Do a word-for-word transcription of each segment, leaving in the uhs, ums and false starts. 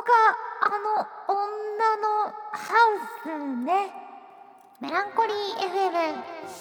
あの女のハウスね。メランコリー エフエム。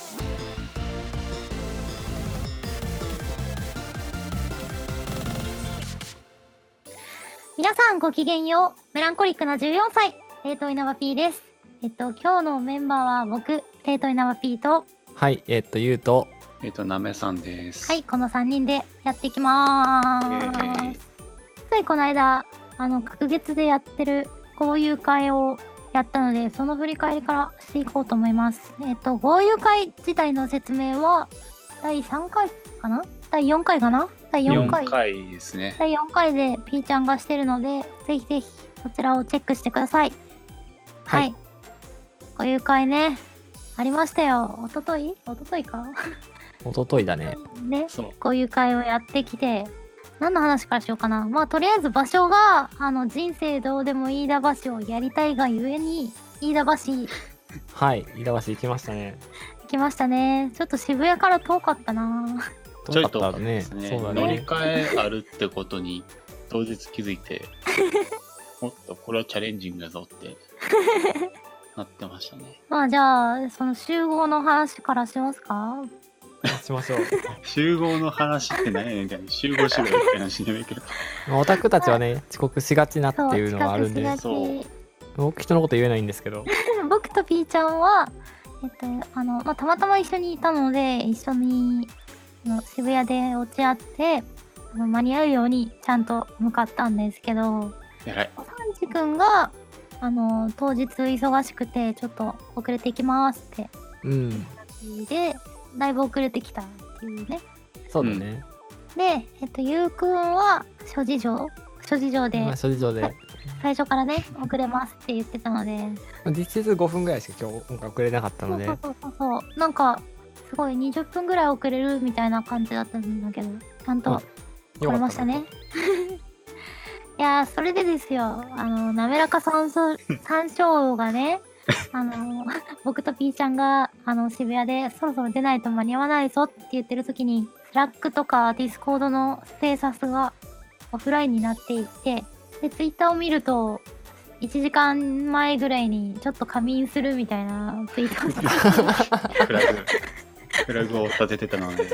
皆さんごきげんよう。メランコリックなじゅうよんさい、テイトイナバ P です。えっと今日のメンバーは僕、テイトイナバ P と、 はいえっとゆうとえっとなめさんです。 はい、このさんにんでやっていきまーす。ついこの間あの隔月でやってる交友会をやったので、その振り返りからしていこうと思います。えっと交友会自体の説明はだいさんかいかな、だいよんかいかな、だいよんかいよんかいですね。 だいよんかいで P ちゃんがしてるので、ぜひぜひそちらをチェックしてください。はい、はい、交友会ね、ありましたよ。おとといおとといかおとといだね。 ね、交友会をやってきて、何の話からしようかな。まあとりあえず場所があの人生どうでも飯田橋をやりたいがゆえに飯田橋はい飯田橋行きましたね。 行きましたね。ちょっと渋谷から遠かったな。 ちょい遠かったですね。 そうだね。 乗り換えあるってことに当日気づいてもっとこれはチャレンジングだぞってなってましたね。 まあじゃあその集合の話からしますか。 しましょう。 集合の話って何やねんみたいな、集合しろよって話じゃないけどオタクたちはね遅刻しがちなっていうのがあるんで、 そう僕人のこと言えないんですけど僕と P ちゃんはえっとあの、まあ、たまたま一緒にいたので一緒にあの渋谷で落ち合ってあの間に合うようにちゃんと向かったんですけど、 やばい、 サンジ君があの当日忙しくてちょっと遅れていきますってうんでだいぶ遅れてきたっていうね。 そうだね、 うん、で、えっと、ゆうくんは諸事情諸事情で、 まあ、諸事情で最初からね遅れますって言ってたので、 実質ごふんぐらいしか今日今回遅れなかったので、 そうそうそうそうなんかすごいにじゅっぷんぐらい遅れるみたいな感じだったんだけど、ちゃんと来れましたね。いやーそれでですよ、あの滑らか山椒山椒がねあの僕と P ちゃんがあの渋谷でそろそろ出ないと間に合わないぞって言ってる時に、スラックとかディスコードのステータスがオフラインになっていて、でツイッターを見るといちじかんまえぐらいにちょっと仮眠するみたいなツイートをしてフラグフラグを立ててたので、い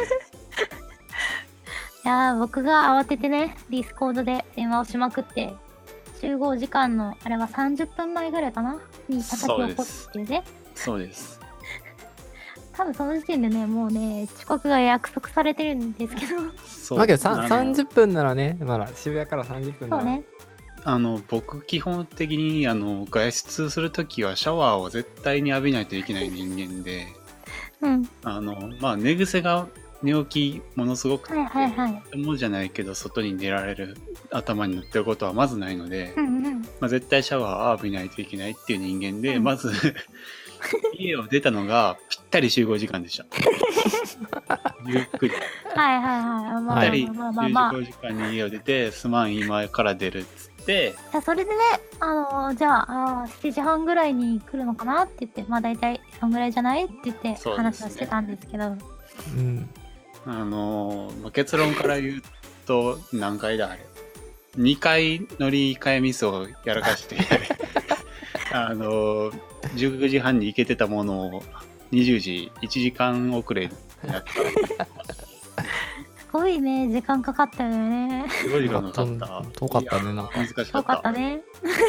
やー僕が慌ててねディスコードで電話をしまくって、集合時間のあれはさんじゅっぷんまえぐらいかなに叩き起こすっていうね。 そうです。 多分その時点でねもうね遅刻が約束されてるんですけどそうだけどさんじゅっぷんならね、まだ渋谷からさんじゅっぷんならそうね、 あの僕基本的にあの外出するときはシャワーを絶対に浴びないといけない人間で、 うんあのまあ寝癖が寝起きものすごくて、 はいはいはいもうじゃないけど外に出られる頭に乗ってることはまずないので、 うんうんまあ、絶対シャワーを浴びないといけないっていう人間で、 うんまず家を出たのがぴったり集合時間でした。ゆっくりはいはいはい、まあぴったりまあまあまあ、 集合時間に家を出て、すまん今から出るっつってじゃあそれでね、あのー、じゃああーしちじはんぐらいに来るのかなって言って、まあ大体そんぐらいじゃないって言ってそうですね話をしてたんですけど、 うんあのーまあ、結論から言うと何回だあれにかい乗り換えミスをやらかしてあのー、じゅうくじはんに行けてたものをにじゅうじいちじかん遅れになった。 すごいね時間かかったよね。 すごい時間かかった。 遠かったね、なんか難しかった。 遠かったね。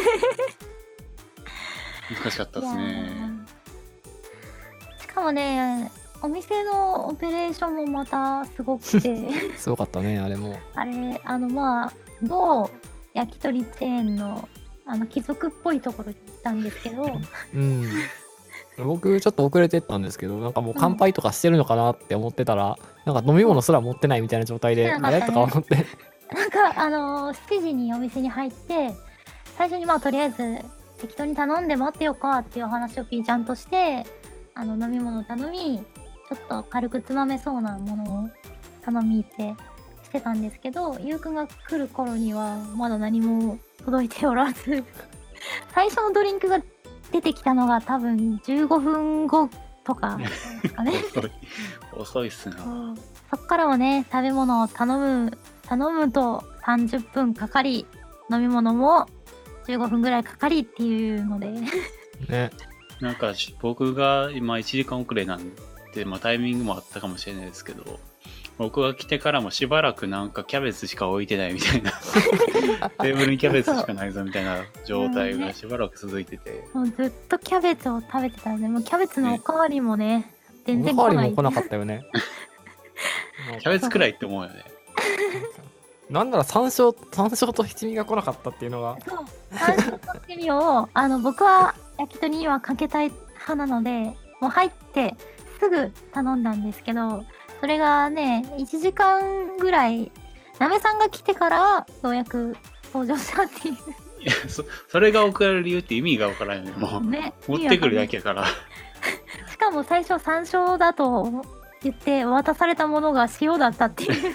難しかったですね。 しかもね、お店のオペレーションもまたすごくてすごかったねあれも。 あれあのまあ某焼き鳥チェーンのあの貴族っぽいところに行ったんですけどうん僕ちょっと遅れてったんですけど、なんかもう乾杯とかしてるのかなって思ってたら、うん、なんか飲み物すら持ってないみたいな状態で、 うんあれとか思ってなんかあのー、しちじにお店に入って最初にまあとりあえず適当に頼んで待ってよかっていう話をピーちゃんとして、あの飲み物頼み、ちょっと軽くつまめそうなものを頼みってしてたんですけど、ゆうくんが来る頃にはまだ何も届いておらず最初のドリンクが出てきたのが多分じゅうごふんごとかですかね遅い遅いっすな。 そっからはね食べ物を頼む頼むとさんじゅっぷんかかり、飲み物もじゅうごふんぐらいかかりっていうのでね。 なんかし僕が今いちじかん遅れなんで、まあ、タイミングもあったかもしれないですけど、僕が来てからもしばらくなんかキャベツしか置いてないみたいなテーブルにキャベツしかないぞみたいな状態がしばらく続いてて、 もうずっとキャベツを食べてたんで、もうキャベツのおかわりもね、全お然来ないかわりも来なかったよね。 キャベツくらいって思うよね。 なんなら山椒山椒と七味が来なかったっていうのが。 そう山椒と七味をあの僕は焼き鳥にはかけたい派なので、もう入ってすぐ頼んだんですけど、それがねいちじかんぐらいなめさんが来てからようやく登場したっていいや そ, それが送られる理由って意味がわからんよね。もううね。 持ってくるだけやからしかも最初山椒だと言って渡されたものが塩だったっていう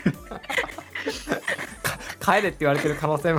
帰れって言われてる可能性も。 い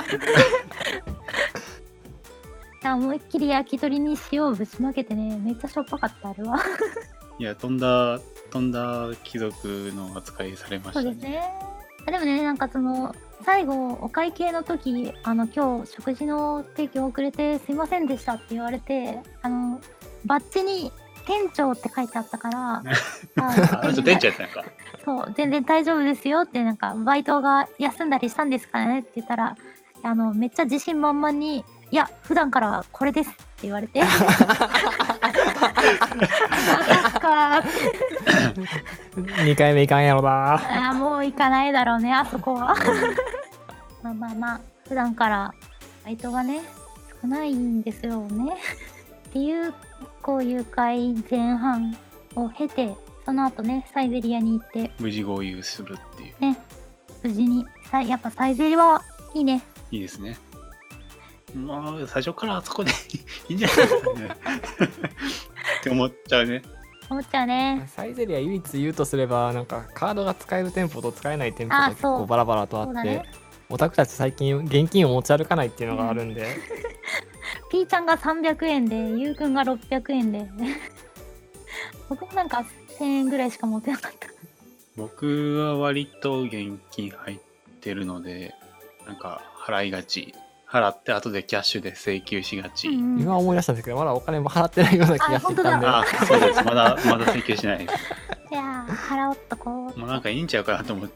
や思いっきり焼き鳥に塩をぶちまけてね、めっちゃしょっぱかったあれは。 いや飛んだ飛んだ貴族の扱いされましたね。 そうですね。あでもね、なんかその最後お会計の時、あの今日食事の提供遅れてすいませんでしたって言われて、あのバッジに店長って書いてあったからあの人店長やったんか。 そう全然大丈夫ですよって、なんかバイトが休んだりしたんですかねって言ったら、あのめっちゃ自信満々に、いや普段からこれですって言われて。そっかーってにかいめいかんやろな。 あーもう行かないだろうね、あそこは。まあまあまあ、普段からバイトがね、少ないんですよね。っていう交友会前半を経て、その後ね、サイゼリアに行って、 無事合流するっていう。 ね、無事に、さやっぱサイゼリはいいね。 いいですね。まあ最初からあそこでいいんじゃないですかね。って思っちゃうね。 思っちゃうね。 サイゼリア唯一言うとすれば、なんかカードが使える店舗と使えない店舗が結あそう構バラバラとあって、 そうだね。 オタクたち最近現金を持ち歩かないっていうのがあるんで、 ピーちゃんがさんびゃくえんで、ゆうくんがろっぴゃくえんで。僕もなんかせんえんぐらいしか持ってなかった。 僕は割と現金入ってるので、なんか払いがち。払って後でキャッシュで請求しがち。 うんうん今思い出したんですけど、まだお金も払ってないような気がしてたんで、 ああ、そうです。まだまだ請求しないです。 いやー、払おっとこう。 もうなんかいいんちゃうかなと思って。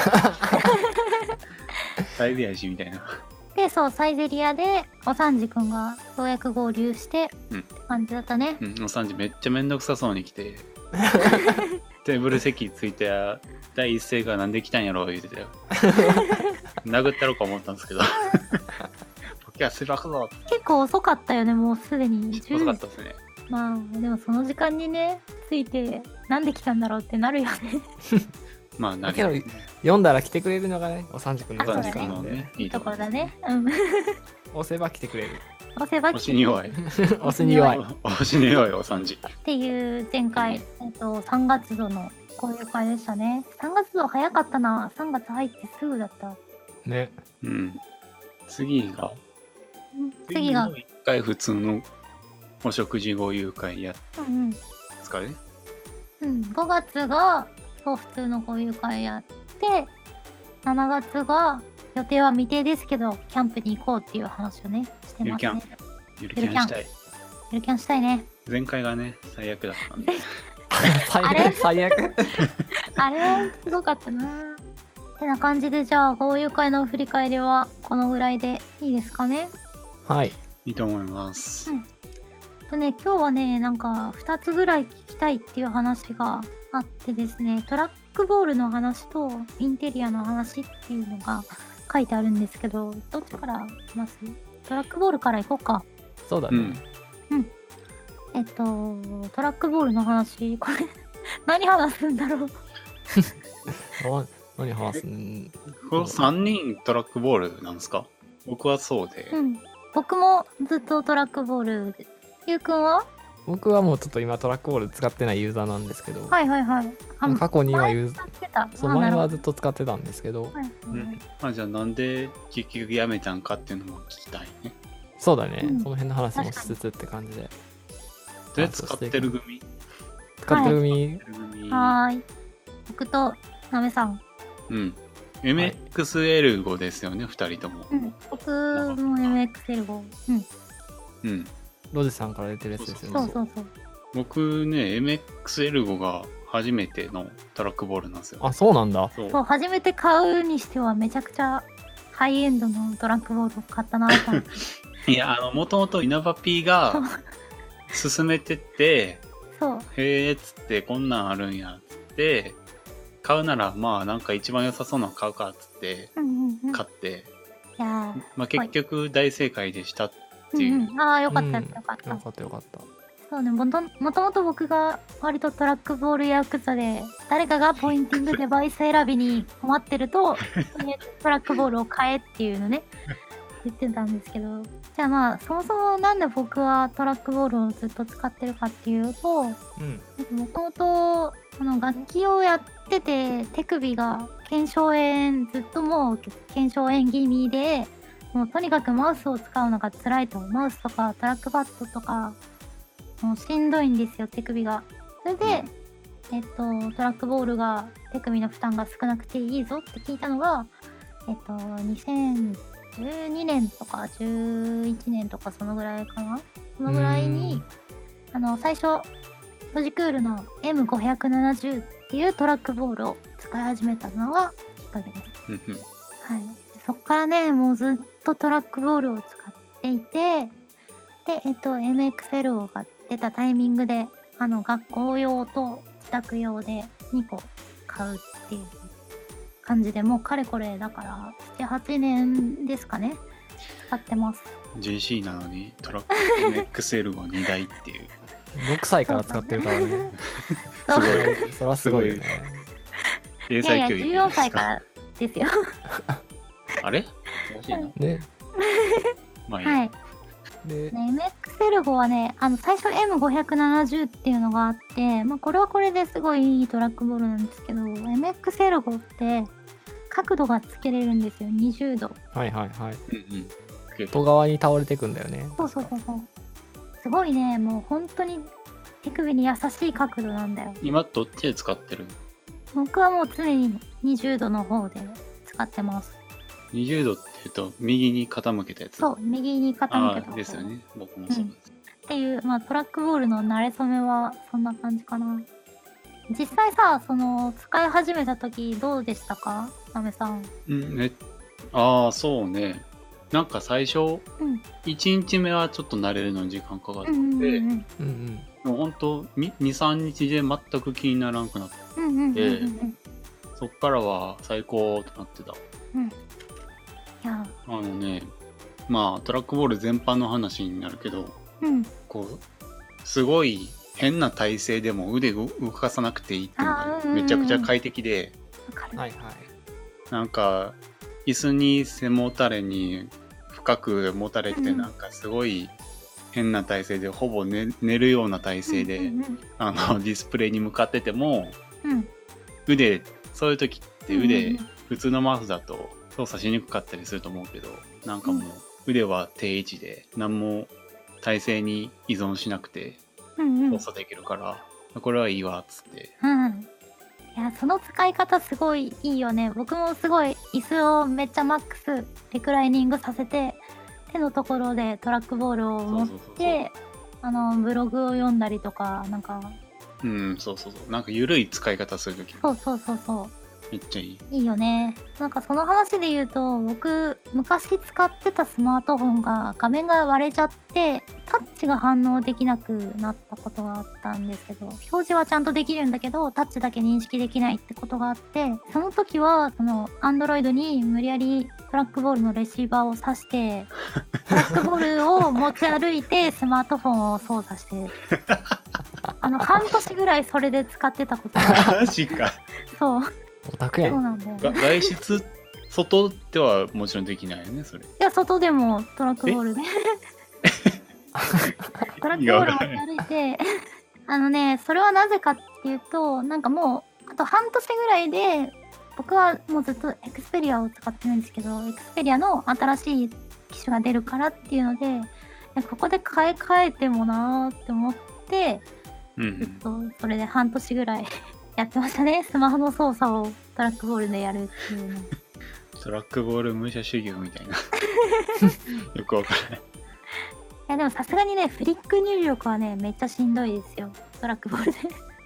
サイゼリアしみたいな。 で、そう、サイゼリアで、おさんじくんがようやく合流して、 うんって感じだったね。 うん、おさんじめっちゃめんどくさそうに来て、テーブル席ついて、第一声がなんで来たんやろ言ってたよ。殴ったろか思ったんですけど。時はすらくぞ。 結構遅かったよね、もうすでにじゅう遅かっじ。 たですね。 まあ、でもその時間にね、ついて、なんで来たんだろうってなるよね。 まあ、なけどる読んだら来てくれるのがね、おさんじくんのあそうだね時間なんで、 ね。いいいところだすね。うん。 押せば来てくれる。 押せば押しに弱い。 押すに弱い。 押しに弱いおさんじ。 っていう前回、えっと、さんがつ度の交流会でしたね。さんがつ度早かったな。さんがつ入ってすぐだった。 ね。 うん。次が、 うん次が、 一回普通のお食事合流会やっうんうん。 つかね。 うん、ごがつがそう普通の交流会やってしちがつが予定は未定ですけどキャンプに行こうっていう話をねしてますね。 ゆるキャンしたい。 ゆるキャンしたいね。 前回がね、最悪だったんで。 最あれ悪。最悪。 あれはすごかったな。てな感じで、じゃあ交流会の振り返りはこのぐらいでいいですかね。 はい。 いいと思います。 とね、今日はね、なんかふたつぐらい聞きたいっていう話があってですね、トラックボールの話とインテリアの話っていうのが書いてあるんですけど、どっちからいきます？トラックボールからいこうか。 そうだね。 うん。 えっと、トラックボールの話、これ何話すんだろう。 あ何話すんこのさんにんトラックボールなんですか？僕はそうで。 うん。僕もずっとトラックボールで。ゆうくんは？ 僕はもうちょっと今トラックボール使ってないユーザーなんですけど、 はいはいはい。あ過去にはユーザ使ってた。 ー、そうあなるほど前はずっと使ってたんですけど、 はいはいはいうん。まあじゃあなんで結局やめたんかっていうのも聞きたいね。 そうだね、 うんその辺の話もしつつって感じで。 で、使ってる組使ってる組、 使ってる組はーい。僕となめさん。 うん。 エムエックスエルご ですよね、ふたりとも。 うん、僕も エムエックスエルご。うん。 うん。 ロジさんから出てるやつですよね。 そうそうそう。 僕ね、エムエックスエルご が初めてのトラックボールなんですよ。 あ、そうなんだ。 そう。 そう、初めて買うにしてはめちゃくちゃハイエンドのトラックボールを買ったなと思って。 いや、あの、もともと稲葉 P が勧めてって、 そう。 へえっつって、こんなんあるんやっつって、買うならまあなんか一番良さそうなの買うかっつってうんうんうん。 買って、 いやまあ、結局大正解でしたってー、 いう。 うんうん、ああ、よかったよかった。 よかったよかった。 そうね、もともともと僕が割とトラックボールヤクザで、誰かがポインティングデバイス選びに困ってると、トラックボールを買えっていうのね、言ってたんですけど、じゃあまあ、そもそもなんで僕はトラックボールをずっと使ってるかっていうと、もともと楽器をやってて、手首が腱鞘炎、ずっともう腱鞘炎気味で、もうとにかくマウスを使うのが辛いと、マウスとかトラックパッドとか、もうしんどいんですよ、手首が。それで、えっと、トラックボールが手首の負担が少なくていいぞって聞いたのが、えっと、にせんじゅうにねんとかじゅういちねんとかそのぐらいかな、そのぐらいに、あの、最初、ロジクールの エムごひゃくななじゅう っていうトラックボールを使い始めたのがきっかけです。はい。そっからね、もうずっとトラックボールを使っていて、で、えっと、エムエックスエルご が出たタイミングで、あの、学校用と自宅用でにこ買うっていう感じで、もうかれこれだから、なな、はちねんですかね。使ってます。 ジェーシー なのにトラック エムエックスエルご にだいっていう。 ろくさいから使ってるからね。 すごい。 それはすごいよね。 英才教育。 いやいや、じゅうよんさいからですよ。 あれおかしいな。 ね。 まあいい。はい。 で、エムエックスエルご はね、あの、最初 エムごひゃくななじゅう っていうのがあって、まあ、これはこれですごいいいトラックボールなんですけど、エムエックスエルご って、角度がつけれるんですよ、にじゅうど。 はいはいはい。 うんうん。 外側に倒れていくんだよね。 そうそうそうそう。すごいね、もう本当に手首に優しい角度なんだよ。 今どっちで使ってる？ 僕はもう常ににじゅうどの方で使ってます。 にじゅうどって言うと右に傾けたやつ。 そう、右に傾けた方ですよね。僕もそうです。うん、 っていう、まあトラックボールの慣れ初めはそんな感じかな。実際さ、その使い始めた時どうでしたか、なめさん。 うんね、ああそうね。なんか最初、うん、いちにちめはちょっと慣れるのに時間かかって、うんうんうんうん、もうほんとに、さんにちで全く気にならんくなって、うんうんうんうん、そっからは最高となってた。うん、いやあのね、まあトラックボール全般の話になるけど、うん、こうすごい変な体勢でも腕を動かさなくていいっていうのがめちゃくちゃ快適で、 うんうん、はいはい、 なんか椅子に背もたれに深くもたれて、なんかすごい変な体勢で、ほぼ 寝, 寝るような体勢で、うんうんうん、あのディスプレイに向かってても、うん、腕そういう時って腕、うんうん、普通のマウスだと操作しにくかったりすると思うけど、なんかもう腕は定位置で何も体勢に依存しなくて操作できるから、うんうん、これはいいわっつって、うん、 いや、その使い方すごいいいよね。僕もすごい椅子をめっちゃマックスリクライニングさせて、手のところでトラックボールを持って、あのブログを読んだりとか、なんか、 うん、そうそうそう、なんか緩い使い方するとき、 そうそうそうそう、 めっちゃいい。 いいよね。なんかその話で言うと、僕昔使ってたスマートフォンが画面が割れちゃって、タッチが反応できなくなったことがあったんですけど、表示はちゃんとできるんだけどタッチだけ認識できないってことがあって、その時はその Android に無理やりトラックボールのレシーバーを挿してトラックボールを持ち歩いてスマートフォンを操作してあの半年ぐらいそれで使ってたことがマジか。 そう、 オタクやん。 そうなんだよ、ね、 外出外ではもちろんできないよね、それ。いや、外でもトラックボールでトラックボールを持ち歩いてあのね、それはなぜかっていうと、なんかもうあと半年ぐらいで、僕はもうずっとエクスペリアを使ってるんですけど、エクスペリアの新しい機種が出るからっていうので、ここで買い替えてもなーって思って、うん、ずっとそれで半年ぐらいやってましたね。スマホの操作をトラックボールでやるっていうの。 トラックボール武者修行みたいな。よくわからない。 いやでもさすがにね、フリック入力はね、めっちゃしんどいですよ。トラックボールで。 ど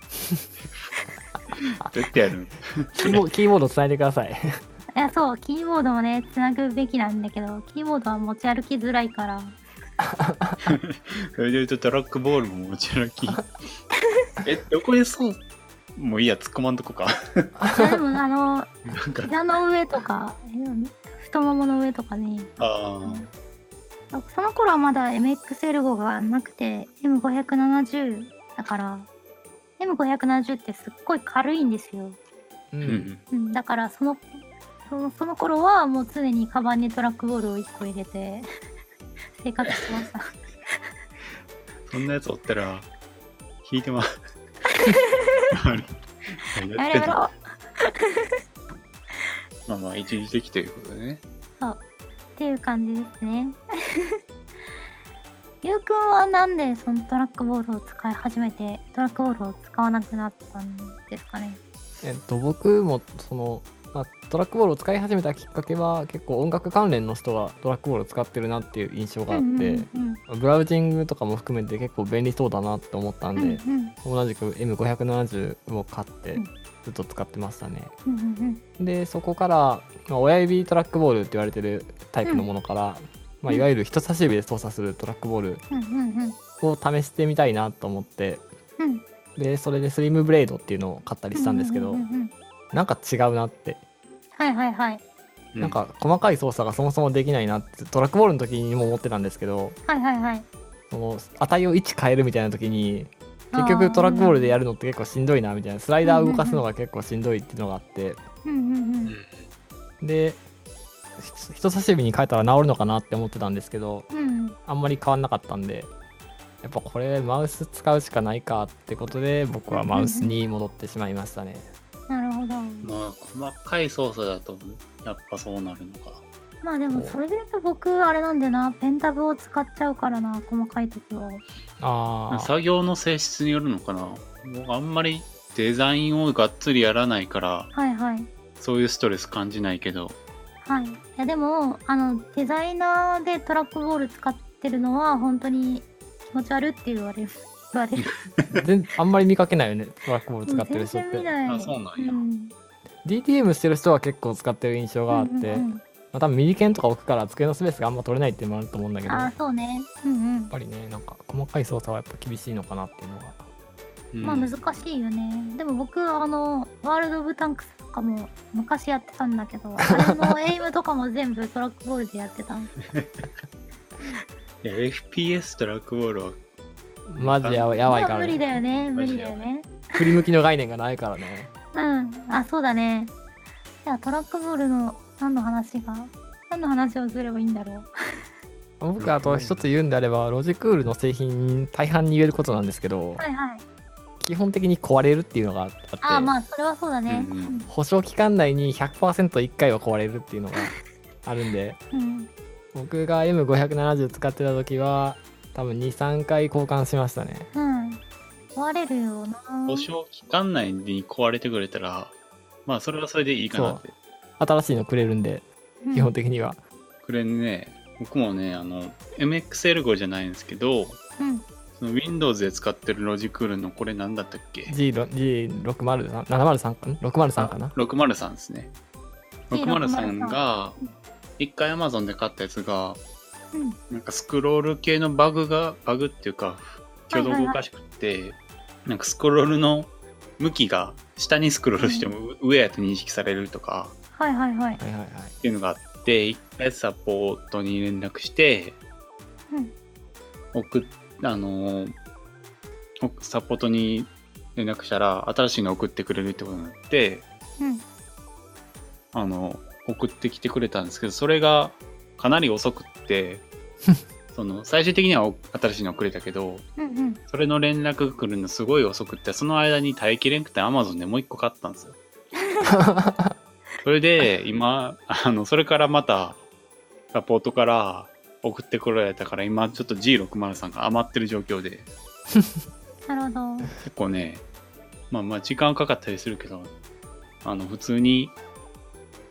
うやってやるの？ キーボキーボードつないでください。 いや、そう、キーボードもね、つなぐべきなんだけど、キーボードは持ち歩きづらいから。 それで言うとトラックボールも持ち歩き。え、どこでそうもういいや、突っ込まんとこか。 いやでも、あの、 なんか、 膝の上とか、え太ももの上とかね。 あその頃はまだ エムエックスエルご がなくて エムごひゃくななじゅう だから エムごひゃくななじゅう ってすっごい軽いんですよ。 うあ、うんん。 うん、だからそのそのその頃はもう常にカバンにトラックボールをいっこ入れて生活してました。 そんなやつおったら、引いてまう。あれやれやろまあまあ、一時的ということでね。 っていう感じですね。ゆうくんはなんでそのトラックボールを使い始めてトラックボールを使わなくなったんですかね。 えっと僕もその、まあ、トラックボールを使い始めたきっかけは結構音楽関連の人がトラックボールを使ってるなっていう印象があって、 うんうんうんブラウジングとかも含めて結構便利そうだなって思ったんで、 うんうん同じく エムごひゃくななじゅう を買ってうんずっと使ってましたね。 うんうんうんでそこから、まあ、親指トラックボールって言われてるタイプのものから、まあ、いわゆる人差し指で操作するトラックボールうんうんを試してみたいなと思ってうんでそれでスリムブレードっていうのを買ったりしたんですけど、 うんうんうんうんなんか違うなって、 はいはいはいうなんか細かい操作がそもそもできないなってトラックボールの時にも思ってたんですけど、 はいはいはいその値を位置変えるみたいな時に結局トラックボールでやるのって結構しんどいなみたいな、スライダーを動かすのが結構しんどいっていうのがあって、 うんうんううんん。 でひ人差し指に変えたら治るのかなって思ってたんですけど、 うんあんまり変わんなかったんで、やっぱこれマウス使うしかないかってことで僕はマウスに戻ってしまいましたね。 なるほど。 まあ、細かい操作だと、やっぱそうなるのか。 まあでもそれで言うと僕あれなんでな、ペンタブを使っちゃうからな、細かい時は。 ああ、 作業の性質によるのかな。もうあんまりデザインをがっつりやらないから、 はいはいそういうストレス感じないけど、 はい。いやでもあのデザイナーでトラックボール使ってるのは本当に気持ち悪いって言われる。言われる。 全あんまり見かけないよねトラックボール使ってる人っ全然見て。 ない。 あそうなんやんディーティーエム してる人は結構使ってる印象があって、 うんうんうんまあ、多分ミニケンとか置くから机のスペースがあんま取れないっていうのもあると思うんだけど、やっああそうね。うんうん。 ぱりねなんか細かい操作はやっぱ厳しいのかなっていうのが。 うんまあ難しいよね。でも僕あのワールド・オブ・タンクスとかも昔やってたんだけど、あれのエイムとかも全部トラックボールでやってた。 いや エフピーエス トラックボールはマジやばいやばいから無理だね。 よね。無マジや理だよね。 振り向きの概念がないからね。 うん。あ、そうだね。じゃあトラックボールの何の話が何の話をすればいいんだろう。 僕あと一つ言うんであればロジクールの製品大半に言えることなんですけど、 はいはい。 基本的に壊れるっていうのがあって、 あ、まあそれはそうだね。 うんうん保証期間内に ひゃくパーセントいっかいは壊れるっていうのがあるんでうん。 僕が エムごひゃくななじゅう 使ってた時は多分にさんかい交換しましたね。 うん。壊れるよな。 保証期間内に壊れてくれたら、まあそれはそれでいいかなって。 新しいのくれるんでうん基本的には、 これね、僕もね、あの エムエックスエルご じゃないんですけど、 うん。 その Windows で使ってるロジクールのこれ何だったっけ？ ジーろくまるさん、ななまるさんかな ?ろくまるさん かな。 ろくまるさんですね。ろくまるさんろくまるさんが一回 Amazon で買ったやつがうん。 なんかスクロール系のバグがバグっていうか挙動がおかしくって、なんかスクロールの向きが下にスクロールしても上やと認識されるとかはいはいはい。 はいはいはい。 っていうのがあって一回サポートに連絡してうん。 送っあのーサポートに連絡したら新しいの送ってくれるってことになってうん。 あの送ってきてくれたんですけどそれがかなり遅くってその最終的にはお新しいの送れたけどうんうん。 それの連絡が来るのすごい遅くってその間に耐えきれんくて Amazon でもう一個買ったんですよ。それで今あのそれからまたサポートから送ってこられたから今ちょっと ジーろくまるさん が余ってる状況でなるほど。 結構ねまあまあ時間かかったりするけどあの普通に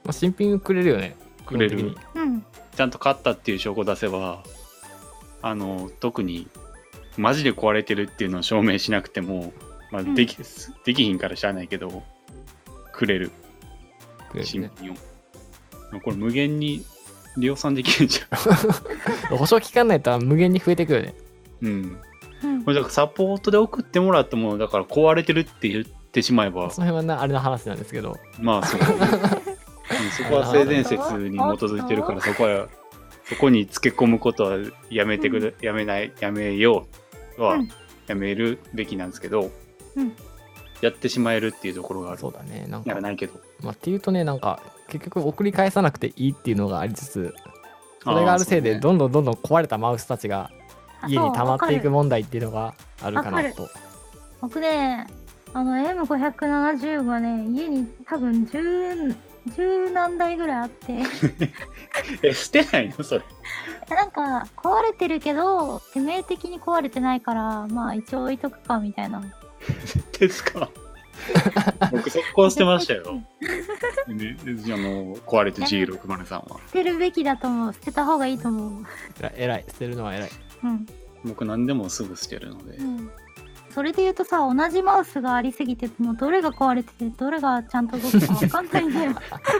あ、新品くれるよね。 くれる基本的にうん。 ちゃんと買ったっていう証拠出せば、あの特にマジで壊れてるっていうのを証明しなくても、まあ、でき、うん、できひんからしゃあないけどくれる。 くれるね、 新品を。これ無限に量産できるじゃん。保証期間ないと無限に増えてくるよね。 うん。うん、これだからサポートで送ってもらっても、だから壊れてるって言ってしまえば、 その辺はなあれの話なんですけど、 まあそうそこは性善説に基づいてるから、そこはそこにつけ込むことはやめてくれ、うん、やめないやめようはやめるべきなんですけど、うん、やってしまえるっていうところがある。 そうだね。なんかやらないけど、 まあ、っていうとね、なんか結局送り返さなくていいっていうのがありつつ、それがあるせいでどんどんどんどん壊れたマウスたちが家に溜まっていく問題っていうのがあるかなと。 僕ね、あの エムごひゃくななじゅう がね、家に多分10、10何台ぐらいあってえ、捨てないのそれ？ なんか壊れてるけど致命的に壊れてないから、まあ一応置いとくかみたいな。 ですか？僕速攻捨てましたよ。でじゃあもう壊れて ジーろくまるさん は捨てるべきだと思う。捨てた方がいいと思う。 えらい、捨てるのはえらい。 うん、 僕何でもすぐ捨てるので、うん、 それで言うとさ、同じマウスがありすぎてもうどれが壊れててどれがちゃんと動くか分かんないんだよ。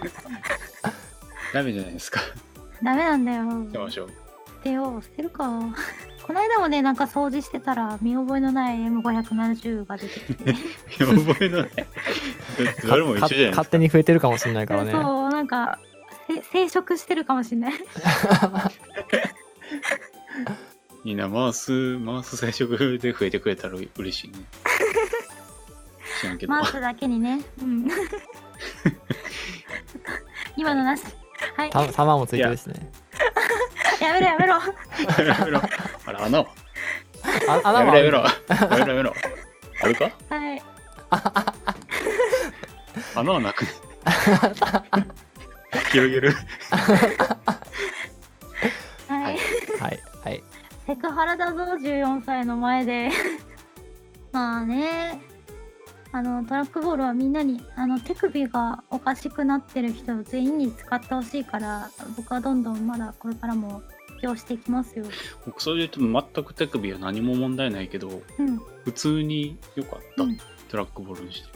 ダメじゃないですか。 ダメなんだよ。 捨てましょう。 捨てよう。捨てるか。この間もね、なんか掃除してたら見覚えのない エムごひゃくななじゅう が出てきて見覚えのないどれも一緒じゃないですか。 勝手に増えてるかもしれないからね。 そう、なんか生殖してるかもしれない。 みんなマウスマウス生殖で増えてくれたら嬉しいね。知らんけど。 マウスだけにね。うん、今のなし。はい。 た玉もついてるですね。 やめろやめろ。 やめろ。あら穴。 あ穴もやめろやめろやめろやめろ。あるか？ はい。 穴はなくね。広げる。 はいはいはい。 セクハラだぞじゅうよんさいの前で。まあね。あのトラックボールはみんなにあの手首がおかしくなってる人全員に使ってほしいから、僕はどんどんまだこれからも布教していきますよ。 僕それで言うと全く手首は何も問題ないけど、うん、普通に良かった、うん、トラックボールにして。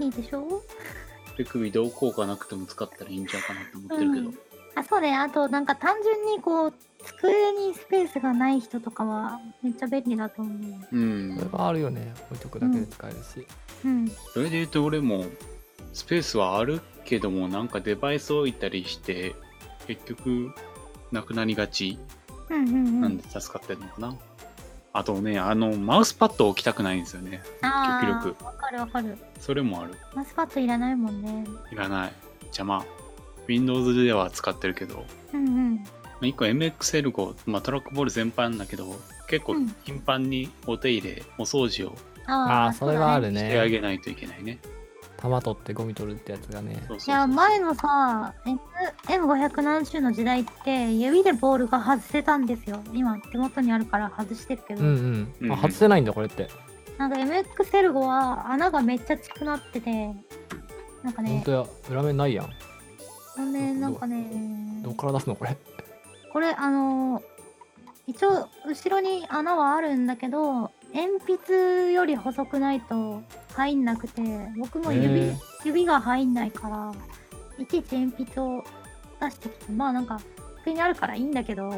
いいでしょ？ 手首どう効果なくても使ったらいいんちゃうかなと思ってるけど、うん、 あ、そうね。あとなんか単純にこう机にスペースがない人とかはめっちゃ便利だと思う。 うん、 それはあるよね。置いとくだけで使えるし、 うん、 それで言うと俺もスペースはあるけども、なんかデバイス置いたりして結局なくなりがちなんで助かってるのかな、うんうんうん、あとね、あのマウスパッド置きたくないんですよね。極力わかるわかる。 それもある。 マウスパッドいらないもんね。 いらない、邪魔。 Windows では使ってるけど、 うんうん、 いっこ エムエックスエルご、まあ、トラックボール全般だけど結構頻繁にお手入れ、うん、お掃除をああ、それはあるね。 してあげないといけないね。 玉取ってゴミ取るってやつがね。 そうそうそう。 いや、前のさ エムごひゃくななじゅう の時代って指でボールが外せたんですよ。今手元にあるから外してるけど、 うんうん、あ、外せないんだこれって。 なんか エムエックスエルご は穴がめっちゃちくなってて、なんかね、 ほんとや、裏面ないやん。 裏面なんかね、 どっから出すのこれ。 これあのー、一応後ろに穴はあるんだけど、鉛筆より細くないと入んなくて、僕も指指が入んないからいちいち鉛筆を出してきて、まあなんか机にあるからいいんだけど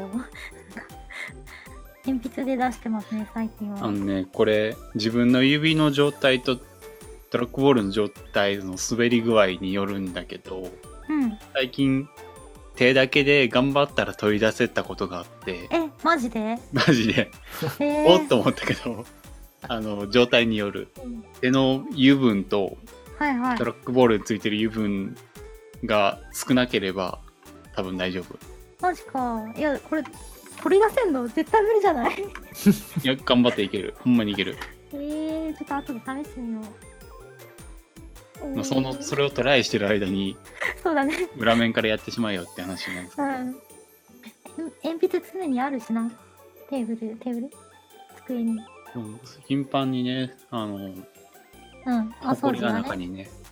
鉛筆で出してますね最近は。 あのね、これ自分の指の状態とトラックボールの状態の滑り具合によるんだけど、 うん、 最近手だけで頑張ったら取り出せたことがあって。 え、マジで？ マジでおっと思ったけど、あの状態による、うん、手の油分と、 はいはい、 トラックボールについてる油分が少なければ多分大丈夫。 マジか。いや、これ取り出せんの絶対無理じゃない？いや、頑張っていける。ほんまにいける。 えー、ちょっと後で試してみよう。 まあ、そのそれをトライしてる間にそうだね、 裏面からやってしまえよって話なんですけど、うん、 鉛筆常にあるしな、テーブルテーブル机に、 うん、頻繁にね、あの、 うん、 ほこりが中にね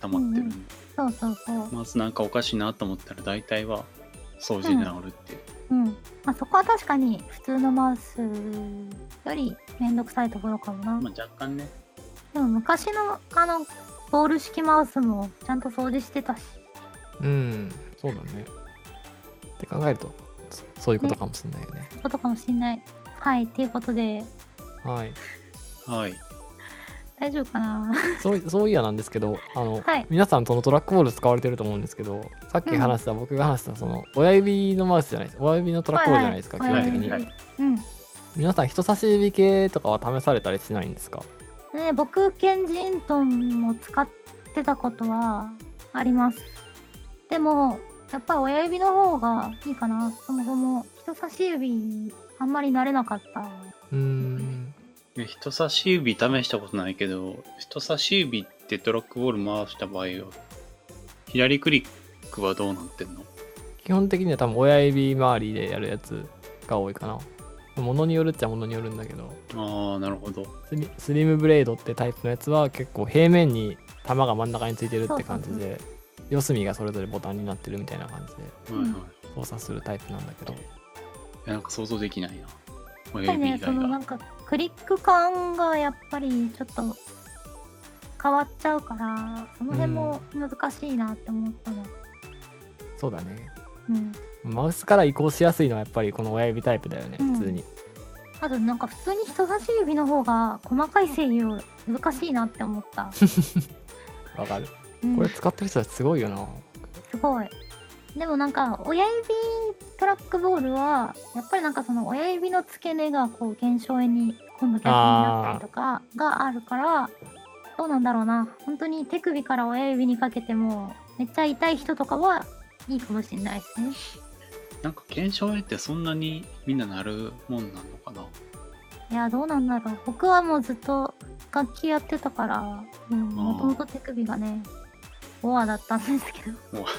固まってるんで、 そうそうそう。 まずなんかおかしいなと思ったら大体は掃除で治るっていう。 うん。まあ、そこは確かに普通のマウスよりめんどくさいところかもな。 まあ若干ね。 でも昔のあのボール式マウスもちゃんと掃除してたし。 うんそうだねって考えるとそそういうことかもしれないよね。 そういうことかもしれない。はい、っていうことではいはい。 大丈夫かな。 そういそういやなんですけどあの、 はい皆さんそのトラックボール使われてると思うんですけど、さっき話した、僕が話したその親指のマウスじゃないです親指のトラックボールじゃないですか、 はいはい基本的に、 はいはいうん。 皆さん人差し指系とかは試されたりしないんですか？ ね、僕ケンジントンも使ってたことはあります。でもやっぱり親指の方がいいかな。そもそも人差し指あんまり慣れなかった。 うーんで人差し指試したことないけど、人差し指ってトラックボール回した場合は左クリックはどうなってんの？ 基本的には多分親指周りでやるやつが多いかな。ものによるっちゃものによるんだけど、 ああ、なるほど。 スリスリムブレードってタイプのやつは結構平面に玉が真ん中についてるって感じで、四隅がそれぞれボタンになってるみたいな感じではいはい。 操作するタイプなんだけど、 いやなんか想像できないな。 やっ親ぱりね、 指以外が。 そのなんかクリック感がやっぱりちょっと変わっちゃうから、その辺も難しいなって思ったの。 そうだね。 うん。 マウスから移行しやすいのはやっぱりこの親指タイプだよね、 うん普通に。 あとなんか普通に人差し指の方が細かい制御難しいなって思った。 わかる。 うん、 これ使ってる人はすごいよな。 すごい。でもなんか親指トラックボールはやっぱりなんかその親指の付け根がこう減少円に今度逆になったりとかがあるから、どうなんだろうな。本当に手首から親指にかけてもめっちゃ痛い人とかはいいかもしれないですね。 なんか腱鞘炎ってそんなにみんななるもんなのかな？ いや、どうなんだろう。僕はもうずっと楽器やってたから、うん、もともと手首がね、ボアだったんですけど。 もう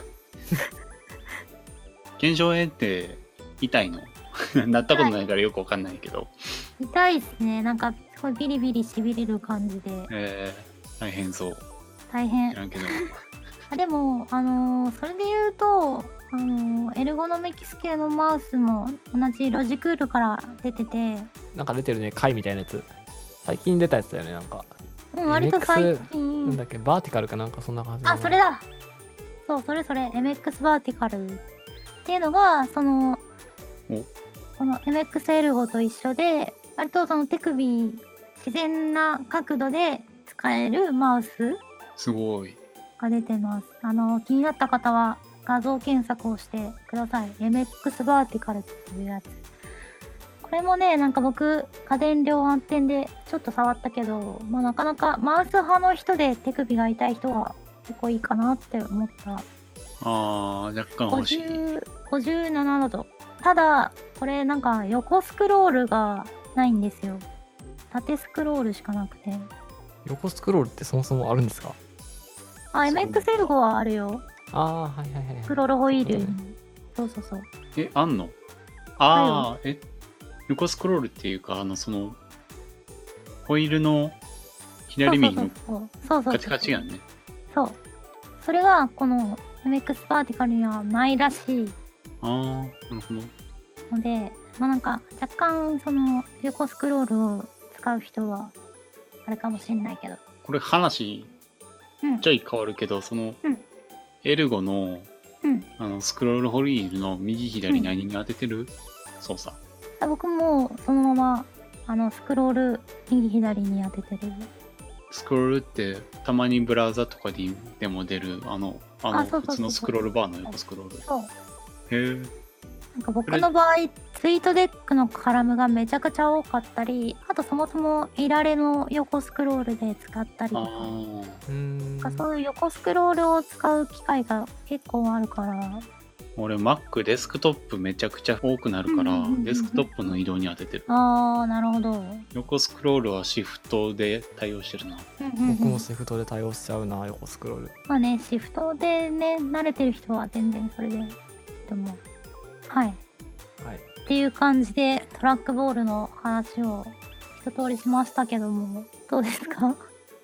腱鞘炎って痛いの？なったことないからよくわかんないけど。 痛いですね。なんかすごいビリビリしびれる感じで、 えー、大変そう。 大変知。らんけど。 あでも、あのーそれで言うと、あのーエルゴノミクス系のマウスも同じロジクールから出てて、 なんか出てるね、貝みたいなやつ。最近出たやつだよね、なんか。 うん、割と最エムエックス なん近。 だっけ、バーティカルかなんかそんな感じあ、それだそう、それそれ、エムエックス バーティカルっていうのが、その、 おこの エムエックス エルゴと一緒で、割とその手首、自然な角度で使えるマウスすごい。 が出てます。あの、気になった方は画像検索をしてください。エムエックス バーティカルっていうやつ。これもね、なんか僕、家電量販店でちょっと触ったけど、まあなかなかマウス派の人で手首が痛い人は結構いいかなって思った。 あー、若干欲しい。 ごじゅう、ごじゅうななど。ただ、これなんか横スクロールがないんですよ。縦スクロールしかなくて。 横スクロールってそもそもあるんですか？ あ、エムエックス エルゴはあるよ。 ああ、はいはいはい。 スクロールホイールにそうだね。 そうそうそう。 え、あんの？あー、え、横スクロールっていうか、あの、その、ホイールの左右にそうそうそうそうカチカチやんね。 そう。それがこの エムエックス バーティカルにはないらしいあー、なるほど。 ので、まあなんか若干その横スクロールを使う人はあれかもしれないけど。 これ話、 うん。 ちょい変わるけど、その、 うんエルゴの、 うん。 あの、スクロールホイールの右左何に当ててる操作。 あ僕もそのままあのスクロール右左に当ててる。 スクロールってたまにブラウザとかにでも出るあのあのあそうそうそうそう普通のスクロールバーの横スクロール。 そう。 へえ。 なんか僕の場合ツイートデックのカラムがめちゃくちゃ多かったり、あとそもそもいられの横スクロールで使ったりとか。 ああ。 うーん。 なんかそういう横スクロールを使う機会が結構あるから、 俺 Mac デスクトップめちゃくちゃ多くなるから、 うんうんうんうんデスクトップの移動に当ててる。 あーなるほど。 横スクロールはシフトで対応してるな。 うんうんうん僕もシフトで対応しちゃうな、横スクロール。 まあね、シフトでね、慣れてる人は全然それでいいと思う。はい。 はい。 っていう感じでトラックボールの話を一通りしましたけども、どうですか？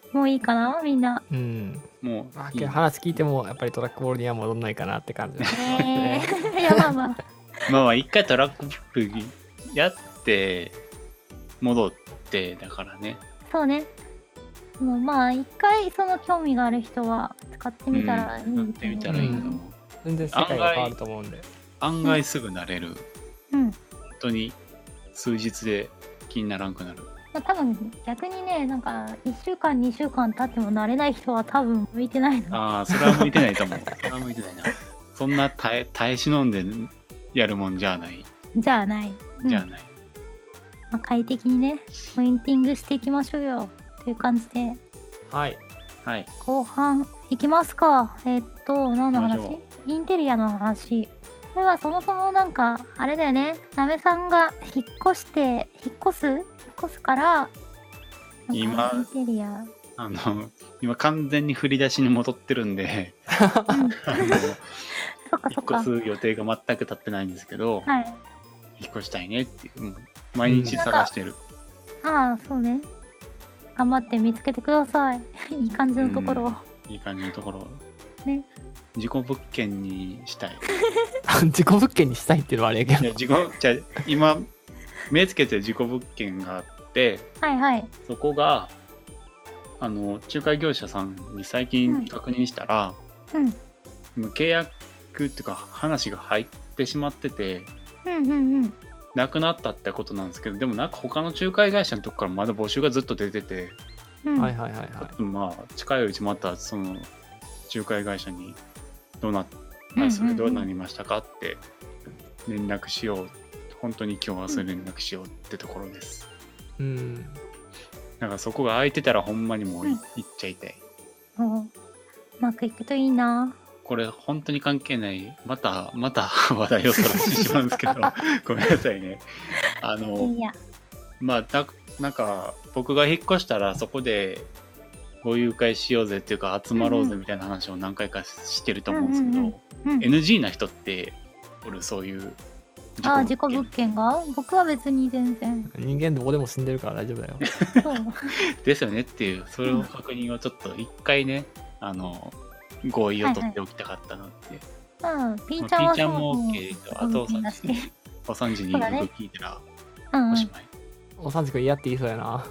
もういいかなみんな。 うんもういいあけど話聞いてもやっぱりトラックボールには戻んないかなって感じですえねー、いやまあまあまあまあ一回トラックボールやって戻ってだからね。 そうね。もうまあ一回その興味がある人は使ってみたらいいうん、やってみたらいいと思う。 全然世界が変わると思うんで案外すぐ慣れる。 うん。 本当に数日で気にならんくなる。 まあ、多分逆にね、なんかいっしゅうかんにしゅうかん経っても慣れない人は多分向いてないの。 ああ、それは向いてないと思う。それは向いてないな。そんな耐え耐え忍んでやるもんじゃない。 じゃあない。うんじゃあない。 まあ、快適にね、ポインティングしていきましょうよ。という感じで、 はいはい。 後半いきますか。えーっと、何の話行きましょインテリアの話。これはそもそもなんか、あれだよね。なべさんが引っ越して、引っ越す引っ越すから、なんか今インテリア。 あの、今完全に振り出しに戻ってるんで、 うん、 あの、 そっかそっか。 引っ越す予定が全く立ってないんですけど、 はい。 引っ越したいねっていう、もう毎日探してる。 ああ、そうね。頑張って見つけてください。いい感じのところを。 いい感じのところ。 ね。 自己物件にしたい。 自己物件にしたいっていうのはあれやけどいや、自己、じゃあ今、目つけてる自己物件があって、 はいはい。 そこが、あの、仲介業者さんに最近確認したら、 うん。 もう契約っていうか話が入ってしまってて、 うんうんうん。 なくなったってことなんですけど、でもなんか他の仲介会社のとこからまだ募集がずっと出てて、 うん、 はいはいはいはいまあ近いうちまたその仲介会社にどうなっうんうんうんそれどうなりましたかって連絡しよう。本当に今日はそれ連絡しようってところです。 うんなんかそこが空いてたらほんまにもういうん行っちゃいたい。 おううまくいくといいな。 これ本当に関係ない。また、また話題をそらしてしまうんですけど、ごめんなさいね。あの、 いや。 まあ、ななんか、僕が引っ越したらそこで、ご誘拐しようぜっていうか、集まろうぜみたいな話を何回かしてると思うんですけど、 うんうんうんうん、 エヌジー な人っておる、そういうああ、自己物件が僕は別に全然。 人間どこでも死んでるから大丈夫だよそう。 ですよねっていう、それを確認をちょっと一回ね、あの、合意を取っておきたかったなって。 うん、ピーまあちゃんは P ちゃんもそう OK あとおさんだし。 おさんじに僕そうだね聞いたらうんうん。 おしまい。 おさんじくん嫌って言いそうやな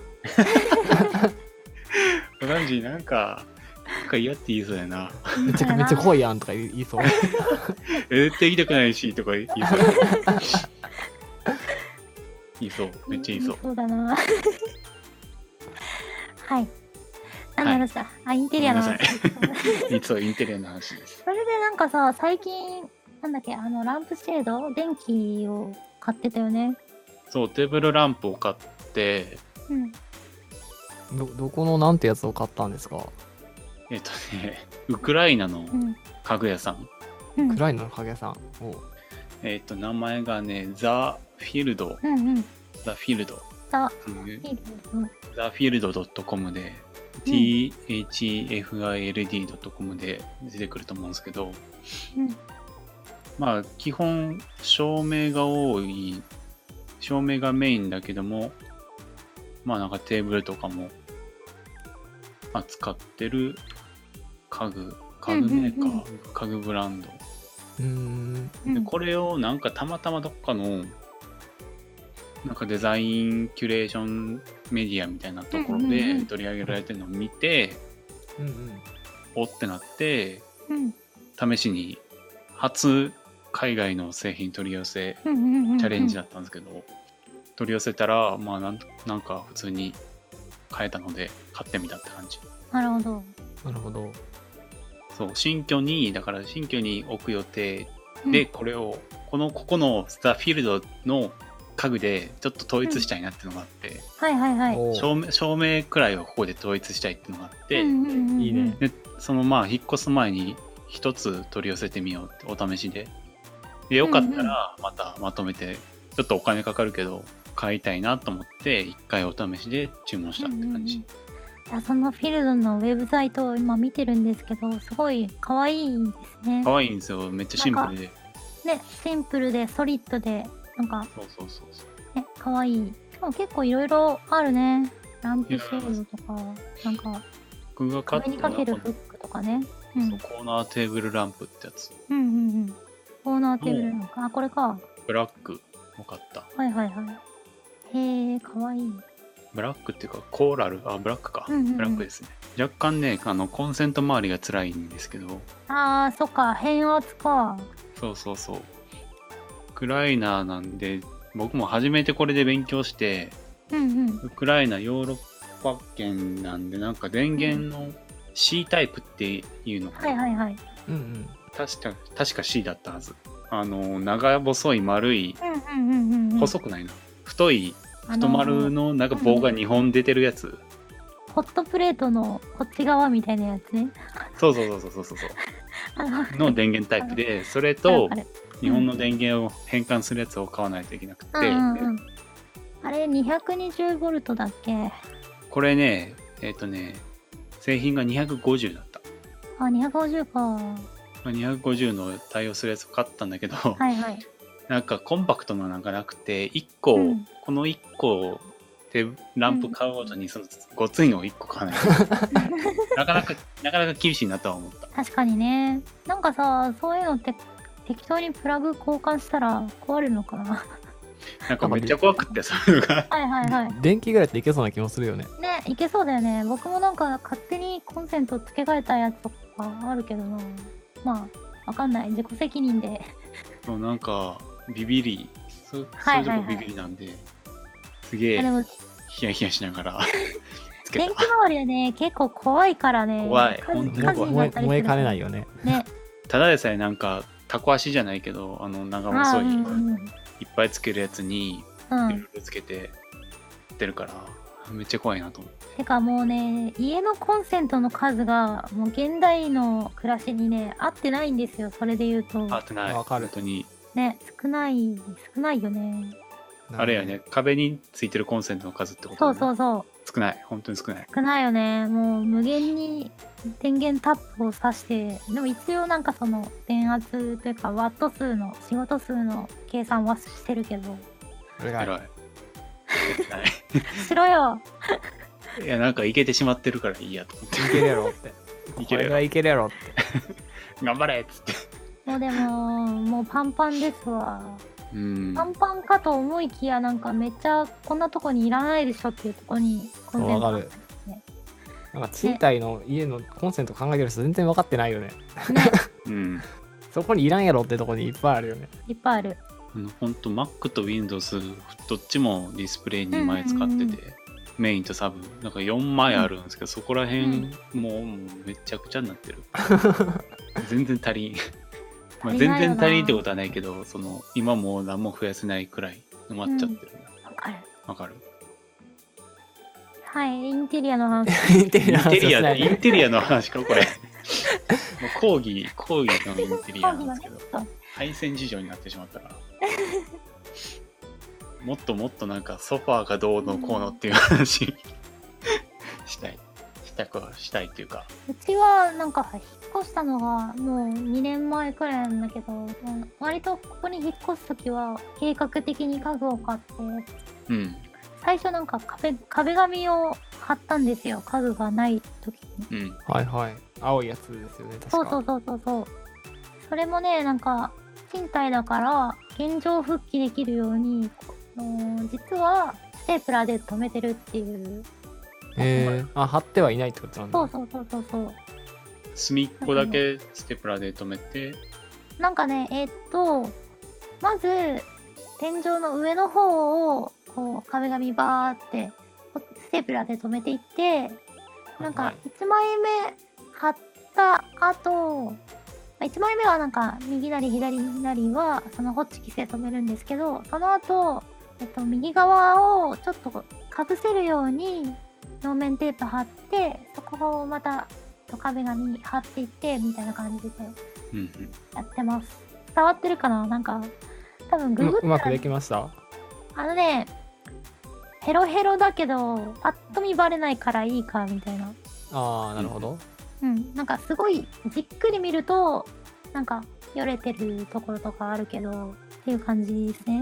おさんじなんか、なんか嫌って言いそうやな。 めっちゃめっちゃ怖いやんとか言い言いそうえ絶対行きたくないしとか言いそう。言いそう。めっちゃ言いそう。 そうだな。はい。なんだろうさ、あ、インテリアのごめんな話。 いつもインテリアの話です。 それでなんかさ、最近、なんだっけ、あの、ランプシェード電気を買ってたよね。 そう、テーブルランプを買って、 うん。 どどこのなんてやつを買ったんですかえっとね、ウクライナのうん。 家具屋さん。 うん。 クライナの影屋さんおうえっと、名前がね、ザ・フィールド、 うんうん。 ザ・フィールドっさ、 ていう、 いいうんザ・フィールド .com で、ティーエイチエフアイエルディードットコム で出てくると思うんですけど、 うん。 まあ、基本、照明が多い、照明がメインだけども、まあなんかテーブルとかも扱ってる家具、家具メーカー、 うんうんうん家具ブランド。 うーんうんで、これをなんかたまたまどっかの、なんかデザインキュレーションメディアみたいなところうんうんうんで取り上げられてるのを見て、 うんうんおってなって、 うん。 試しに初海外の製品取り寄せうんうんうんうん。 チャレンジだったんですけど、取り寄せたら、まあなんなんか普通に買えたので買ってみたって感じ。 なるほど。 なるほどそう、新居に、だから新居に置く予定うんで、これを、この、ここのスターフィールドの家具でちょっと統一したいなっていうのがあって、 はいはいはい。 おう照明、照明くらいはここで統一したいっていうのがあって、 うんうんうんうんいいね。 で、そのまあ引っ越す前に一つ取り寄せてみようって、お試しで。で、よかったらまたまとめて、ちょっとお金かかるけど、買いたいなと思って、一回お試しで注文したって感じ。 いや、そのフィルドのウェブサイトを今見てるんですけど、すごい可愛いですね。 可愛いんですよ。めっちゃシンプルで。 ね、シンプルでソリッドで、なんかそうそうそうそう。 ね、可愛い。しかも結構いろいろあるね。ランプシェードとか、なんか、 僕が買った壁にかけるのはフックとかね。うん。 コーナーテーブルランプってやつ。 うんうんうん。コーナーテーブルのか。あ、これか。 ブラックも買った。 はいはいはい。へえ、かわいい。 ブラックっていうかコーラル、あ、ブラックか。 うんうんうんブラックですね。若干ね、あのコンセント周りが辛いんですけど。 あー、そっか。変圧か。 そうそうそう。ウクライナなんで、僕も初めてこれで勉強して、 うんうん。 ウクライナ、ヨーロッパ圏なんで、なんか電源の C タイプっていうのかな。 はいはいはい。 うんうん確か、確か C だったはず。あの、長細い丸い、 うんうんうんうんうん。 細くないな。太い、 あのー太丸のなんか棒がにほん出てるやつ。 ホットプレートのこっち側みたいなやつね。 そうそうそうそうそうそう。 あのの電源タイプで、それとあれ日本の電源を変換するやつを買わないといけなくて、 うんうんうん。あれにひゃくにじゅうボルトだっけ？ これね、えっ、とね、製品がにひゃくごじゅうだった。 あ、にひゃくごじゅうか。 まあにひゃくごじゅうの対応するやつを買ったんだけど、 はいはい。 なんかコンパクトななんかなくて、いっこ、 うんこのいっこでランプ買うごとにそのごついのをいっこ買わないと、なかなか、なかなか厳しいなとは思った。 確かにね。なんかさ、そういうのって適当にプラグ交換したら壊れるのかな。 なんかめっちゃ怖くって、そういうのが。 はいはいはい。 電気ぐらいっていけそうな気もするよね。 ね、いけそうだよね。僕もなんか勝手にコンセント付け替えたやつとかあるけどな。まあ、わかんない。自己責任で。 そうなんかビビり、そそうはいいうはいはいとこビビりなんで、すげえあでも、 ヒヤヒヤしながらつけ電た。 気周りはね、結構怖いからね。 怖い火事本当に怖い火事にな燃えったりする燃えかねないよね。 ね。 ただでさえなんかタコ足じゃないけど、あの長あ細い、 うんうんいっぱいつけるやつにうん。ういろいん。 ろつけてやってるから、めっちゃ怖いなと思って。 てかもうね、家のコンセントの数がもう現代の暮らしにね、合ってないんですよ。それで言うと。 あってない。 わかる本当に。 ね、少ない、少ないよね。 あれやね、壁についてるコンセントの数ってことそうだね。 そうそう。 少ない。本当に少ない。 少ないよね。もう無限に電源タップを挿して、でも一応なんかその電圧というかワット数の仕事数の計算はしてるけど。 それが偉い。 しろよ。 いや、なんかいけてしまってるからいいやと思って。 いけるやろって。 いけるやろこれがいけるやろって。 頑張れっつって。 もうでも、もうパンパンですわ。 うん。 パンパンかと思いきやなんかめっちゃこんなとこにいらないでしょっていうとこにコンセントわかる。なんか賃貸の家のコンセント考えてる人全然分かってないよね。 ね。 うん。 そこにいらんやろってとこにいっぱいあるよね。 いっぱいある。 あのほんと Mac と Windows どっちもディスプレイにまい使ってて、 うんうんうんメインとサブなんかよんまいあるんですけど、そこら辺、 うんもうもうめちゃくちゃになってる。全然足りん。まあ足りないよな全然足りんってことはないけど、その今もう何も増やせないくらい埋まっちゃってる。 わかる。 わ、かる。 はい、インテリアの話。 インテリアインテリアで、 の話をしないインテリアの話かこれ。もう講義、講義のインテリアなんですけど、 そう配線事情になってしまったから。もっともっとなんかソファーがどうのこうのっていう話したい。したくはしたいっていうか。 うちはなんか引っ越したのがもうにねんまえくらいなんだけど、割とここに引っ越すときは計画的に家具を買って、 うん。 最初なんか壁壁紙を貼ったんですよ、家具がない時に。 うん。 はいはい。青いやつですよね、確か。 そうそうそうそうそう。それもね、なんか賃貸だから現状復帰できるように、あの実はステープラーで留めてるっていう。 えー、あ、貼ってはいないってことなんだ。 そうそうそうそうそう。 隅っこだけステプラで留めて、 なんかね、えーっと、まず、天井の上の方を、こう、壁紙バーって、ステープラーで留めていって、なんかはい、 いちまいめ貼った後、いちまいめはなんか、右なり左なりは、そのホッチキスで留めるんですけど、その後、えっと、右側をちょっとかぶせるように、両面テープ貼って、そこをまた、壁紙貼っていってみたいな感じでうんうん、 やってます。伝わってるかな？なんか多分ググったらううまくできました？ あのね、ヘロヘロだけどパッと見バレないからいいかみたいな。 ああ、なるほど。 うんなんかすごいじっくり見るとなんかよれてるところとかあるけどっていう感じですね。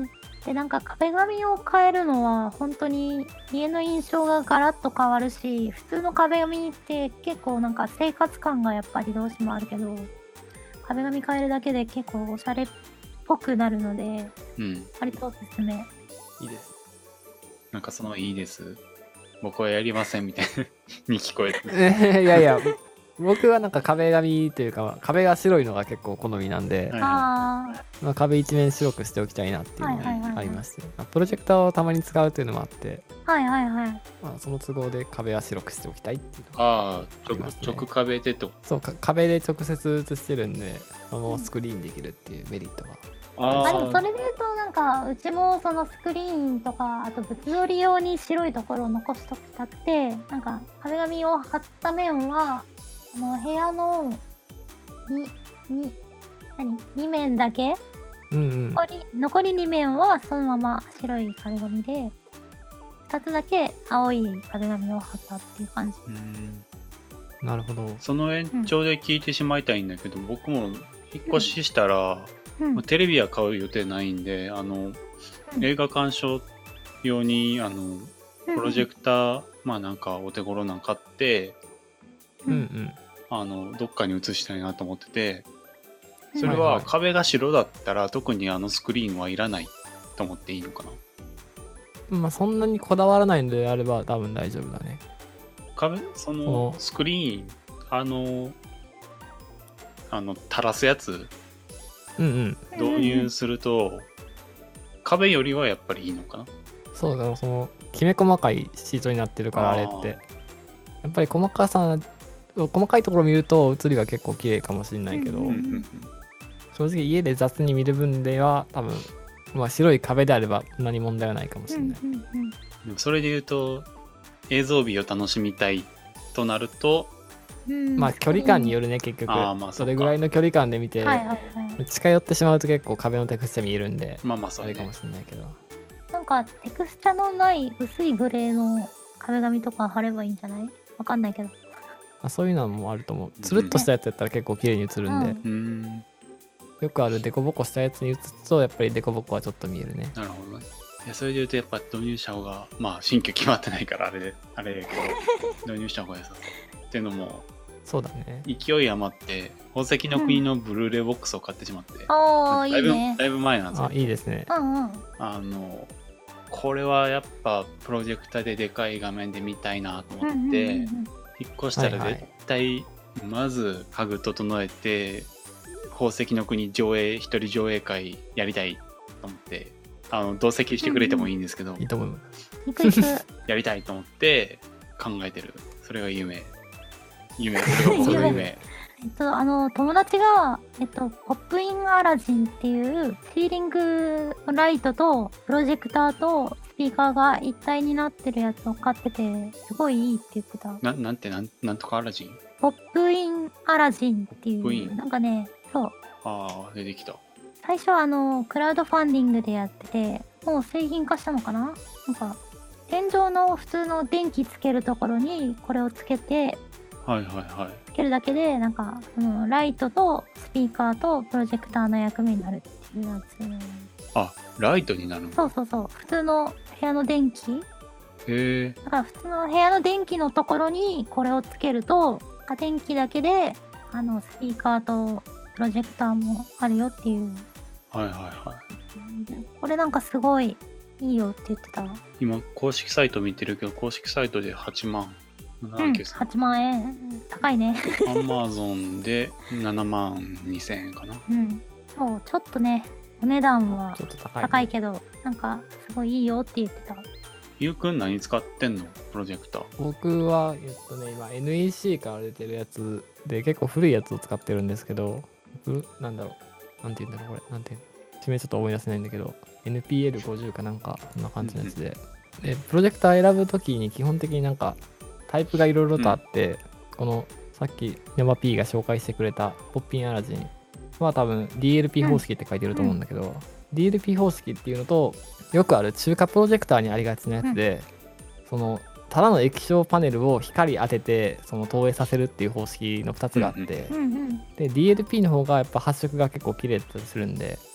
でなんか壁紙を変えるのは本当に家の印象がガラッと変わるし、普通の壁紙って結構なんか生活感がやっぱりどうしてもあるけど、壁紙変えるだけで結構おしゃれっぽくなるので、 うん。 割とおすすめ。 いいです。 なんかそのいいです。僕はやりませんみたいなに聞こえて。 えいやいや、僕はなんか壁紙というか壁が白いのが結構好みなんで、 はいあまあ、壁一面白くしておきたいなっていうのはいはいはいはいがありまして、まあプロジェクターをたまに使うというのもあって、 あ、はいはいはい。 まあ、その都合で壁は白くしておきたいっていうのがああ、 あり直ますね直壁でと。 そうか、壁で直接映してるんで、そのままスクリーンできるっていうメリットが。 あまあでもそあ、 れで言うとなんかうちもそのスクリーンとかあと物撮り用に白いところを残しときたくて、なんか壁紙を貼った面はあの部屋のにに何に面だけ、 うんうん。 残り残りに面はそのまま白い壁紙でふたつだけ青い壁紙を貼ったっていう感じ。 うんなるほど。 その延長で聞いてしまいたいんだけど、僕も引っ越ししたら、 うんまあテレビは買う予定ないんで、あの、 うん映画鑑賞用に、あの、プロジェククター、まあなんかお手頃なん買って、 うんうん。 あの、どっかに映したいなと思ってて、 うんそれはいははい壁が白だったら特にあのスクリーンはいらないと思っていいのかな。 まあそんなにこだわらないのであれば多分大丈夫だね。 壁、そのおスクリーン、あの、あの、垂らすやつうんうん。 導入すると、壁よりはやっぱりいいのかな。 そうだ、そのきめ細かいシートになってるからあれって。やっぱり細かさ、細かいところ見ると写りが結構綺麗かもしれないけど、 うんうんうんうん正直家で雑に見る分では多分、まあ白い壁であれば何問題はないかもしれない。 うんうんうんでもそれで言うと、映像美を楽しみたいとなると、 うんまあ距離感によるね結局。 あーまあそっかそれぐらいの距離感で見て、 はいはいはい。 近寄ってしまうと結構壁のテクスチャ見えるんで、 まあまあそうねあれかも。しれないけど。 なんかテクスチャのない薄いグレーの壁紙とか貼ればいいんじゃない？わかんないけど。 あ、そういうのもあると思う。つるっとしたやつやったら結構綺麗に映るんで、 うんうーん、 よくあるデコボコしたやつに映すとやっぱりデコボコはちょっと見えるね。 なるほどね。いや、それで言うとやっぱ導入した方が、まあ新居決まってないからあれで、あれやけど、導入した方が良さそう。っていうのも、 そうだね。 勢い余って、宝石の国のブルーレイボックスを買ってしまって、 ああ、いだいぶいね。 だいぶ前なんですよあ、。いいですね。 うんうん。 あの、これはやっぱプロジェクターででかい画面で見たいなとうんうん思って、 うんうん引っ越したらはいはい絶対まず家具整えて、宝石の国上映一人上映会やりたいと思って、あの同席してくれてもいいんですけど、 いいと思う。 行く行く。 やりたいと思って考えてる。それが夢。夢。それが僕の夢。 えっと、あの、友達が、えっと、ポップインアラジンっていうシーリングライトとプロジェクターとスピーカーが一体になってるやつを買ってて、すごいいいって言ってた。 ななんてなんなんとかアラジン。 ポップインアラジンっていう、 ポップインなんかね、そう。 ああ出てきた。 最初はあの、クラウドファンディングでやってて、もう製品化したのかな？なんか、天井の普通の電気つけるところにこれをつけて、 はいはいはい。 つけるだけでなんかそのライトとスピーカーとプロジェクターの役目になるっていうやつ。 あライトになるの。 そうそうそう、普通の部屋の電気へえ。 だから普通の部屋の電気のところにこれをつけると、あ電気だけであのスピーカーとプロジェクターもあるよっていう。 はいはいはい。 これなんかすごいいいよって言ってた。 今公式サイト見てるけど公式サイトではちまんうん、 ななきゅうさん、 はちまんえん高いね。 アマゾンでななまんにせんえんかな。 うん、そうちょっとねお値段はちょっと高い、 高いけど、なんかすごいいいよって言ってた。 ゆうくん何使ってんのプロジェクター。 僕は、えっとね、今 エヌイーシー から出てるやつで結構古いやつを使ってるんですけど、僕なんだろう、なんて言うんだろうこれ、なんて地名ちょっと思い出せないんだけど、エヌピーエルごじゅう かなんかそんな感じのやつで、でプロジェクター選ぶときに基本的になんかタイプがいろいろとあって、うん、このさっきヤマ P が紹介してくれたポッピンアラジンは多分 ディーエルピー 方式って書いてると思うんだけど、うんうん、ディーエルピー 方式っていうのとよくある中華プロジェクターにありがちなやつで、うん、そのただの液晶パネルを光当ててその投影させるっていう方式のふたつがあって、 うんうん、 で ディーエルピー の方がやっぱ発色が結構綺麗だったりするんで、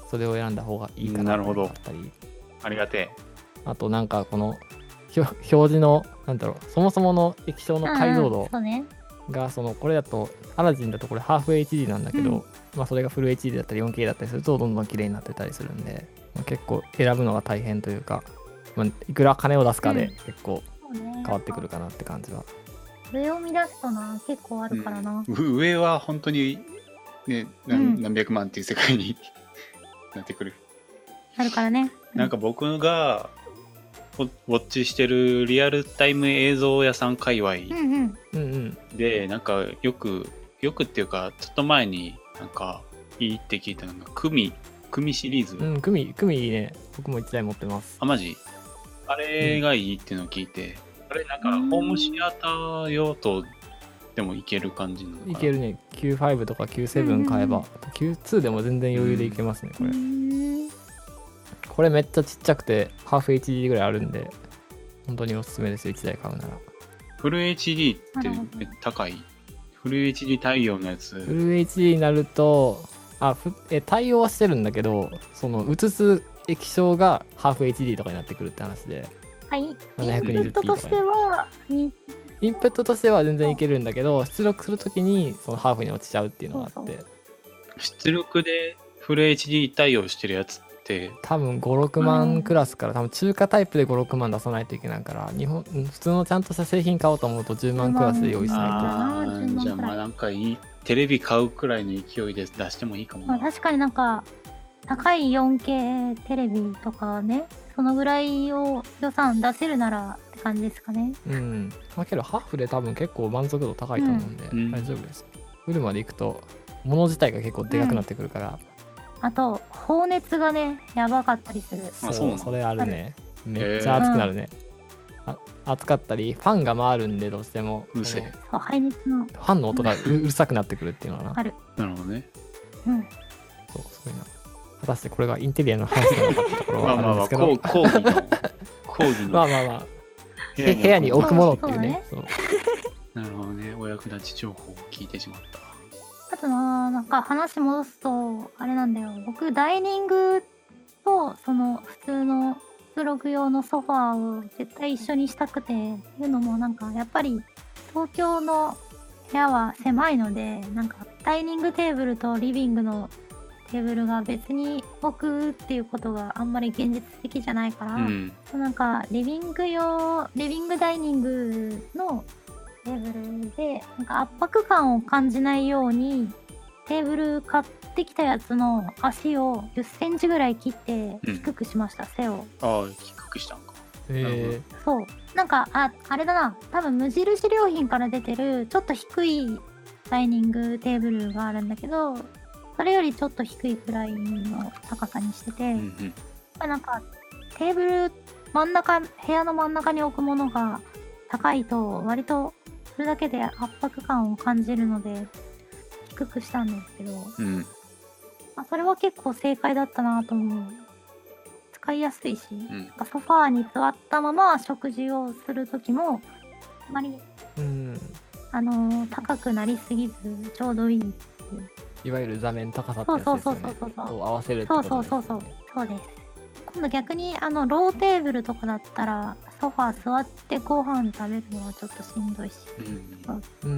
それを選んだ方がいいかなと思ったり、 ありがてあとなんかこの表示のなんだろう、そもそもの液晶の解像度がそのこれだとアラジンだとこれハーフ エイチディー なんだけど、うん、まあそれがフル エイチディー だったり よんケー だったりするとどんどん綺麗になってたりするんで、まあ、結構選ぶのが大変というか、まあ、いくら金を出すかで結構変わってくるかなって感じは、 うん、上を見出すとな結構あるからな、 うん、上は本当に、ね、何,、うん、何百万っていう世界になってくるあるからね、 うん、なんか僕がウォッチしてるリアルタイム映像屋さん界隈で、うんうん、なんかよくよくっていうかちょっと前になんかいいって聞いたのがクミクミシリーズ、 うん、クミクミいいね、僕もいちだい持ってます。 あ、マジあれがいいっていうのを聞いて、うん、あれなんかホームシアター用途でもいける感じなのかな。 いけるね。キューファイブとか キューセブン 買えば、うん、キューツー でも全然余裕でいけますね、これ。これめっちゃちっちゃくてハーフ エイチディー ぐらいあるんで本当におすすめですよ、いちだい買うなら。 フル エイチディー って高い？フル エイチディー 対応のやつ。 フル エイチディー になるとあふえ対応はしてるんだけど、その映す液晶がハーフ エイチディー とかになってくるって話で、 はい、インプットとしてはインプットとしては全然いけるんだけど、出力するときにそのハーフに落ちちゃうっていうのがあって、 出力でフル エイチディー 対応してるやつって多分ご、ろくまんクラスから、多分中華タイプでご、ろくまん出さないといけないから、日本普通のちゃんとした製品買おうと思うとじゅうまんクラスで用意しないと。 あー、じゃあまあなんかいいテレビ買うくらいの勢いで出してもいいかもな。 まあ、確かになんか高い よんケー テレビとかね、そのぐらいを予算出せるならって感じですかね。 うん。まあけどハーフで多分結構満足度高いと思うんで、うん、大丈夫です。フルまで行くと物自体が結構でかくなってくるから。 うん、あと放熱がねやばかったりする。 そう、そうそれあるね。めっちゃ熱くなるね。うん、あ熱かったりファンが回るんでどうしても。 うせ。 そう排熱の。 ファンの音が う, うるさくなってくるっていうのはな。 ある。 なるほどね。 うん。 そうそういうの。果たしてこれがインテリアの話なのかってところはあるんですけど、 まあまあまあ講義の講義のまあまあまあ部屋に置くものっていうね。 そうそうなるほどね。お役立ち情報を聞いてしまった。 あとな、なんか話戻すとあれなんだよ。僕ダイニングとその普通のくつろぐ用のソファーを絶対一緒にしたくて、いうのもなんかやっぱり東京の部屋は狭いので、なんかダイニングテーブルとリビングのテーブルが別に置くっていうことがあんまり現実的じゃないから、うん、なんかリビング用リビングダイニングのテーブルでなんか圧迫感を感じないようにテーブル買ってきたやつの足をじゅっセンチぐらい切って低くしました、うん、背を。 ああ、低くしたんか。 へえ。 そうなんかああれだな、多分無印良品から出てるちょっと低いダイニングテーブルがあるんだけど、それよりちょっと低いくらいの高さにしてて、うんうん、なんかテーブル真ん中部屋の真ん中に置くものが高いと割とそれだけで圧迫感を感じるので低くしたんですけど、うん、まあ、それは結構正解だったなと思う。使いやすいし、うん、ソファーに座ったまま食事をする時もあまり、うん、あのー、高くなりすぎずちょうどいいっていう。 いわゆる座面高さってやつですよね。 そうそうそうそうそう。 合わせるってことですね。 そうそうそうそう。そうです。今度逆にあのローテーブルとかだったらソファー座ってご飯食べるのはちょっとしんどいし。 うん。うん、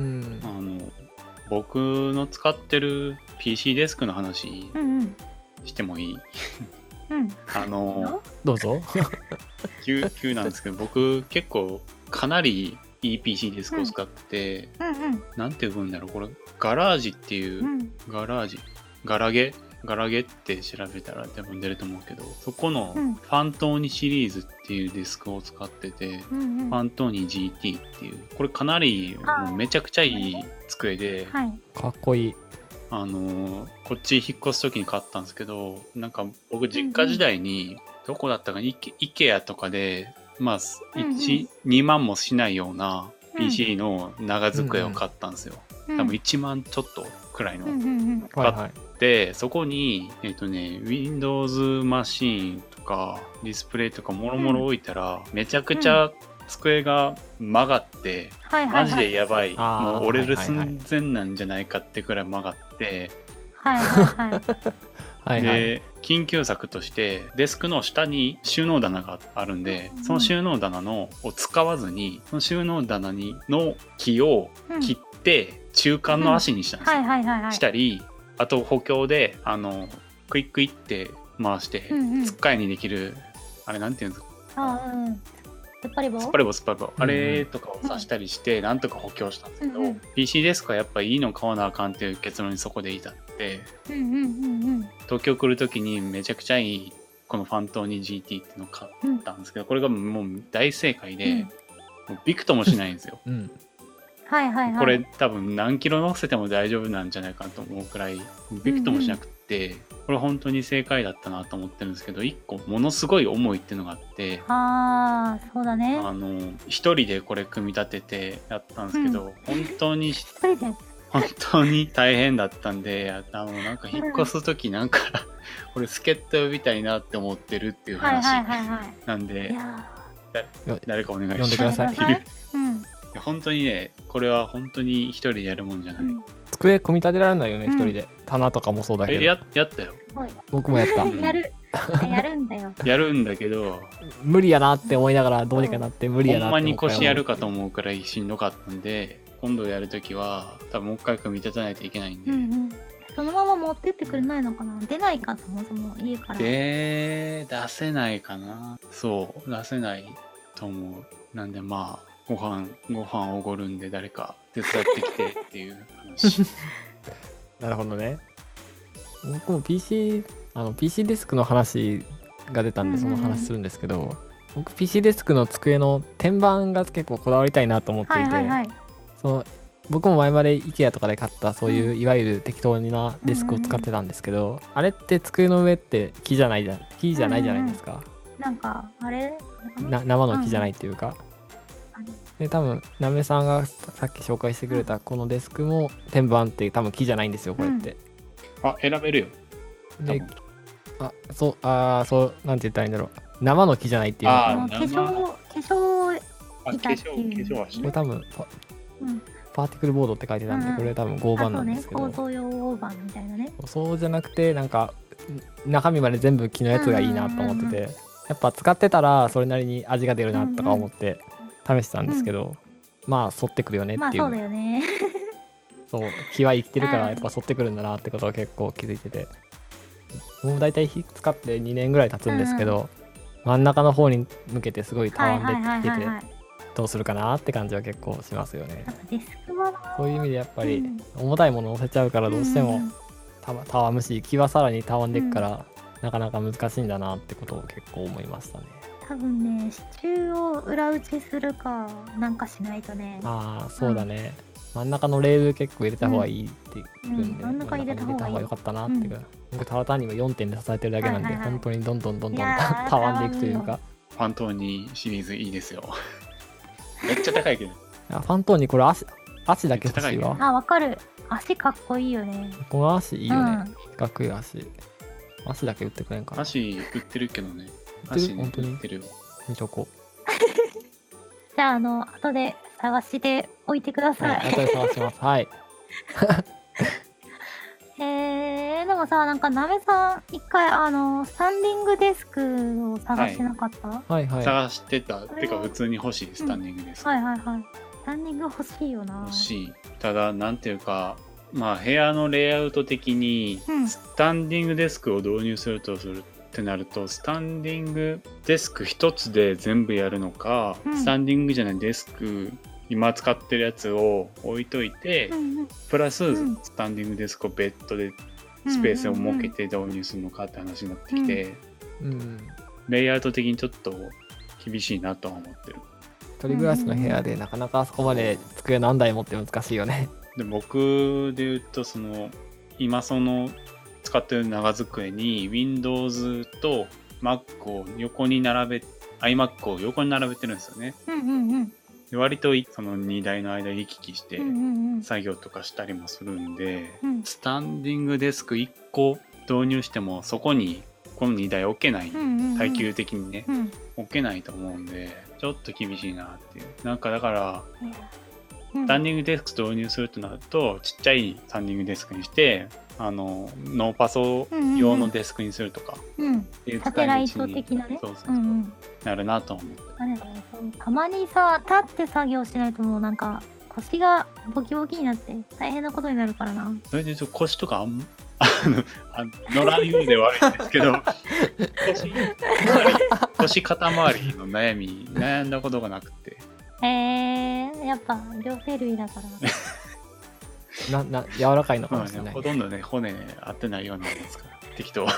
あの僕の使ってる ピーシー デスクの話してもいい？ うん。 あのどうぞ。 急急なんですけど、僕結構かなりいい ピーシー デスクを使ってて、 うんうんうん、 なんて言うんだろう、これガラージっていう、うん、ガラージガラゲガラゲって調べたら多分出ると思うけど、そこのファントーニシリーズっていうディスクを使ってて、うんうん、ファントーニ ジーティー っていう、これかなりもうめちゃくちゃいい机で、 はい、 かっこいい。 あのー、こっち引っ越す時に買ったんですけど、なんか僕実家時代に、うんうん、どこだったかイケ、イケアとかでまあ、うんうん、にまんもしないような ピーシー の長机を買ったんですよ、うんうん、多分いちまんちょっとくらいの、うんうん、買って、はいはい、そこにえっとね Windows マシーンとかディスプレイとかもろもろ置いたら、うん、めちゃくちゃ机が曲がって、うん、マジでやばい、はいはいはい、もう折れる寸前なんじゃないかってくらい曲がって、 はいはいはいはいはい、 で緊急策としてデスクの下に収納棚があるんで、その収納棚のを使わずにその収納棚にの木を切って中間の足にしたんですよ、 はいはいはいはい。 したり、あと補強であのクイックイって回してうんうんつっかえにできる、あれなんていうんですか、 ああ、うん。突っ張り棒。 スパレボスパレボ、 んあれとかを刺したりしてなんとか補強したんですけど、 うんうんピーシー デスクはやっぱいいの買わなあかんっていう結論にそこで至って、 うんうんうんうん。 東京来る時にめちゃくちゃいいこのファントーニ ジーティー っていうのを買ったんですけど、これがもう大正解で、 うんもうビクともしないんですようん、 はいはいはい。 これ多分何キロ乗せても大丈夫なんじゃないかなと思うくらいビクともしなくって、これ本当に正解だったなと思ってるんですけど、一個ものすごい重いっていうのがあって、 ああ、そうだね。 あの一人でこれ組み立ててやったんですけど、本当に一人で。 本当に大変だったんで、あのなんか引っ越す時なんかこれ助っ人呼びたいなって思ってるっていうはい話はいはいはなんい。いで、 や誰かお願い呼んでくださいします。 うん。 本当にね、これは本当に一人でやるもんじゃない。 うん。 机組み立てられないよね、 うん一人で。棚とかもそうだけど。 えややったよ。 すごい。 僕もやった。 んやる。やるんだよ。 やるんだけど、 無理やなって思いながらどうにかなって無理やなってほんまに思ったよ腰やるかと思うくらいしんどかったんで、今度やるときは多分もう一回組み立てないといけないんで、 うんうん。そのまま持ってってくれないのかな。出ないか、そもそも家から。 で出せないかな。そう出せないと思う。なんでまあご飯ご飯おごるんで誰か手伝ってきてっていう話。 なるほどね。僕も ピーシー あの ピーシー デスクの話が出たんでその話するんですけど、僕 ピーシー デスクの机の天板が結構こだわりたいなと思っていて、 はいはいはい。 その僕も前まで IKEA とかで買ったそういういわゆる適当なデスクを使ってたんですけど、あれって机の上って木じゃないじゃん木じゃないじゃないですか、 なんか、あれな生の木じゃないっていうか、で多分なめさんがさっき紹介してくれたこのデスクも天板って多分木じゃないんですよこれって、 あ選べるよ。 であそうあーそうなんて言ったらいいんだろう、生の木じゃないっていうのかな。 あーあの化粧、化粧、 あ化板っていう粧化粧はしこれ多分パうん。 パーティクルボードって書いてたんで、 うんうんこれ多分合あとね板なんです、けど、 構造用大判みたいなね。 そうじゃなくてなんか中身まで全部木のやつがいいなと思ってて、 うんうんうんやっぱ使ってたらそれなりに味が出るなとか思って試してたんですけど、まあ沿ってくるよねっていう、 まあそうだよね。 そう木は生きてるからうんやっぱ沿ってくるんだなってことを結構気づいてて、もう大体火使ってにねんぐらい経つんですけど、真ん中の方に向けてすごいたわんできててどうするかなって感じは結構しますよね。 なんかデスクはな、 そういう意味でやっぱりうん重たいもの乗せちゃうからどうしてもんんたわたわむし木はさらにたわんでいくから、なかなか難しいんだなってことを結構思いましたね。 多分ね、支柱を裏打ちするかなんかしないとね。 ああそうだね、真ん中のレール結構入れた方がいいって言うんで、 うん真ん中入れた方がいい真ん中入れた方が良かったなっていうか、僕ただ単に今よんてんで支えてるだけなんで、 はいはいはい本当にどんどんどんどんいやーたわんでいくというか、 ファントーニシリーズいいですよ。めっちゃ高いけど。 あファントーにこれ足足だけ欲しいわ。 あ、わかる。足かっこいいよね。 この足いいよね、 うん四角い足足だけ売ってくれんかな。 足売ってるけどね。 売ってる足ね本当に売ってるよ。 見とこじゃあ、あの、後で探しておいてくだう。 さ。 はいい、後で探します。はい。 えー、でもさ、なんか、なめさん、一回、あの、スタンディングデスクを探してなかった、はい、 はいはい。 探してた。 れはてか普通に欲しいスタンディングです。 はいはいはい。スタンディング欲しいよな。 欲しい。ただなんていうか、まあ部屋のレイアウト的にうんスタンディングデスクを導入するとするってなると、スタンディングデスク一つで全部やるのか、 うんスタンディングじゃないデスク今使ってるやつを置いといて、 うんうんプラスうんスタンディングデスクをベッドでスペースを設けて導入するのかって話になってきて、 うん。 レイアウト的にちょっと厳しいなとは思ってる。 一人暮らしの部屋でなかなかあそこまで机何台持って難しいよね。 で僕で言うとその今その使ってる長机に Windows と Mac を横に並べ iMac を横に並べてるんですよね。 うんうんうんで割とそのにだいの間行き来してうんうんうん作業とかしたりもするんで、 うんスタンディングデスクいっこ導入してもそこにこのにだい置けない、 うんうんうん耐久的にねうん置けないと思うんでちょっと厳しいなっていう。なんかだからうんスタンディングデスク導入するとなるとちっちゃいスタンディングデスクにしてあのノーパソ用のデスクにするとか、 うん、 っていうサテライト使い道に的なね。 そうそうそう、 うんうん。 なるなと思って。 あれだね、そうたまにさ、立って作業しないともうなんか腰がボキボキになって大変なことになるからな。 それでちょっと腰とかあんあのあ乗らんようで悪いんですけど腰腰肩周りの悩み悩んだことがなくて。 えー、やっぱ両生類だから。 なな柔らかいのかまあね、 もしれない。 ほとんどね骨ね合ってないようなんですから適当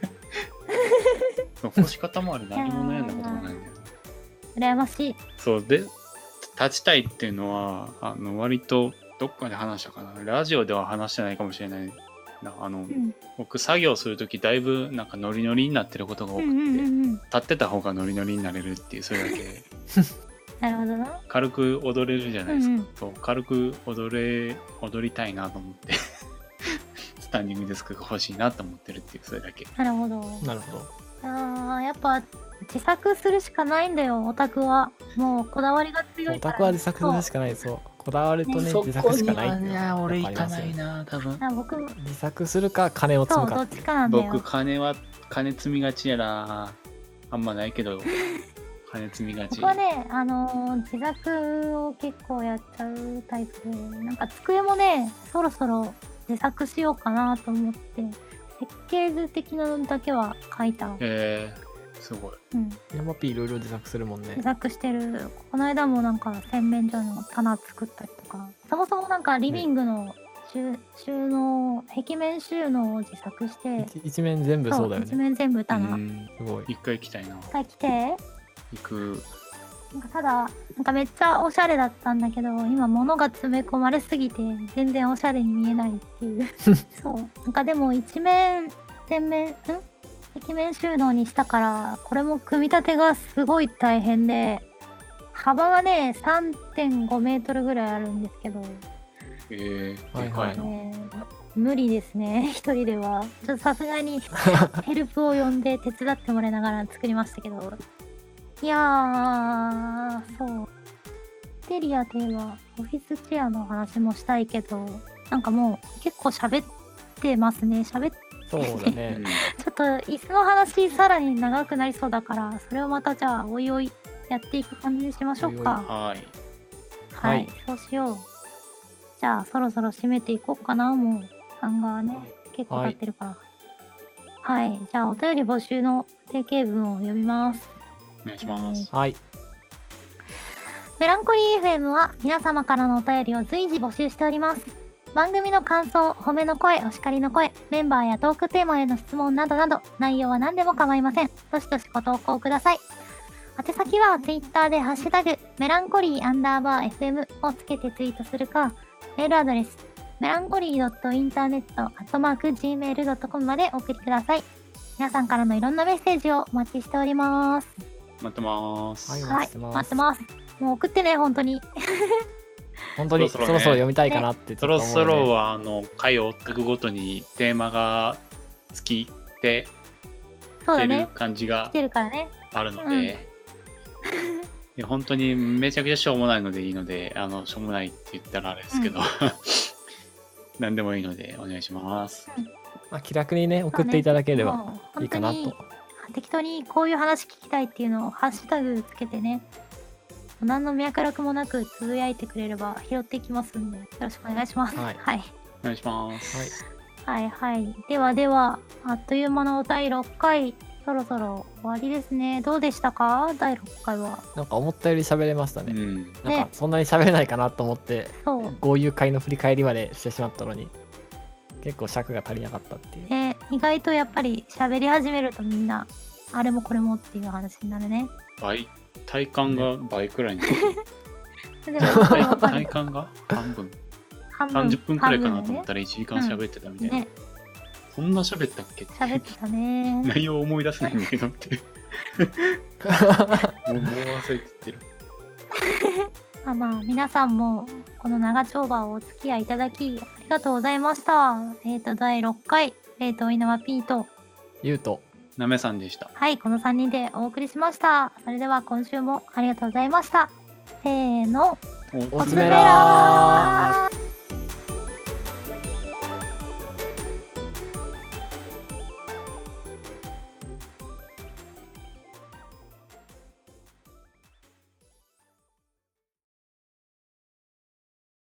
そう腰肩周り何も悩んだことがないんだよな。 羨ましい。 そうで立ちたいっていうのはあの割とどっかで話したかな、ラジオでは話してないかもしれないな。あの、 うん、 僕作業するときだいぶなんかノリノリになってることが多くて、 うんうんうんうん、 立ってた方がノリノリになれるっていう、それだけなるほどな。 軽く踊れるじゃないですか、 うんうん、 そう軽く踊れ踊りたいなと思ってスタンディングデスクが欲しいなと思ってるっていう、それだけ。 なるほど。 なるほど。 あー、やっぱ自作するしかないんだよ、オタクは。もうこだわりが強いから。 オタクは自作するしかない。そうこだわるとね、 ね自作しかないっていうのいや俺行かなやっぱありますよ。 いな多分。 あ僕も自作するか金を積そうどっちむかっていう。 かなんだよ。 僕金は金積みがちやな、あんまないけど金積みがち。 僕はね、あのー自作を結構やっちゃうタイプで、なんか机もね、そろそろ自作しようかなと思って、設計図的なのだけは書いた。 えー、すごい。 うん、 ヤマピーいろいろ自作するもんね自。作してる。この間もなんか洗面所の棚作ったりとか、そもそもなんかリビングの収収納、壁面収納を自作して、 一一面全部そうだよね。 一面全部棚。 うんすごい。 一回行きたいな。 一回来て。 行く。 なんかただ、なんかめっちゃおしゃれだったんだけど、今物が詰め込まれすぎて全然おしゃれに見えないっていう。そう。なんかでも一面、全面、ん壁面収納にしたから、これも組み立てがすごい大変で、幅がね、さんてんごメートルぐらいあるんですけど、 えー、 はいはいでかいな。 えー無理ですね、一人では。ちょっとさすがにヘルプを呼んで手伝ってもらいながら作りましたけど。いやー、そう。インテリアといえば、オフィスチェアの話もしたいけど、なんかもう結構喋ってますね。喋ってそうだうねん。 ちょっと椅子の話さらに長くなりそうだから、それをまたじゃあおいおいやっていく感じにしましょうか。 はい。 はい、 はいそうしよう。じゃあそろそろ締めていこうかな。もうさんがね、結構経ってるから。はい、じゃあお便り募集の定型文を読みます。 お願いします。 はい。 メランコリー エフエム は皆様からのお便りを随時募集しております。番組の感想、褒めの声、お叱りの声、メンバーやトークテーマへの質問などなど、内容は何でも構いません。どしどしご投稿ください。宛先は Twitter でハッシュタグ、メランコリーアンダーバー エフエム をつけてツイートするか、メールアドレス、メランコリー ドットインターネット アットマーク ジーメール ドットコム までお送りください。皆さんからのいろんなメッセージをお待ちしております。 待ってます。 はい、おはい待ちして、ます。 待ってます。もう送ってね、本当に。 本当にそそろそろねろそろ読みたいかなってちそろょっと思うね。 そろはあの回を追っていくごとにテーマが尽きてきてるそうだね。 感じが来てるからね。 あるので、 うんいや本当にめちゃくちゃしょうもないのでいいので、あのしょうもないって言ったらあれですけど、 う何でもいいのでお願いします。 まあ、気楽にね送っていただければもういいかな本当と。 に適当にこういう話聞きたいっていうのをハッシュタグつけてね、何の脈絡もなくつぶやいてくれれば拾っていきますんで、よろしくお願いします。 はいはい。 お願いします。 はい。 はいはい。ではでは、あっという間のだいろっかい、そろそろ終わりですね。どうでしたかだいろっかいは。 なんか思ったより喋れましたね。 うん。 なんかそんなに喋れないかなと思って、 そう。 豪遊会の振り返りまでしてしまったのに、結構尺が足りなかったっていう。 ね、意外とやっぱり喋り始めるとみんな、あれもこれもっていう話になるね。 倍体感が倍くらいになる。 でもわかるわかる体感が半分。 半分さんじゅっぷんくらいかなと思っ半たらいちじかん喋ってたみたいな。 分だよね。ね、 そんな喋ったっけって喋ってたね。 内容思い出せないんだけどって。もうもう忘れてってる。 まあまあ、皆さんもこの長丁場をお付き合いいただきありがとうございました。えっ、と、だいろっかい、えっ、と、稲葉 P と、 ゆうと、 なめさんでした。 はい、このさんにんでお送りしました。それでは今週もありがとうございました。せーの、 おつめおつめらーらー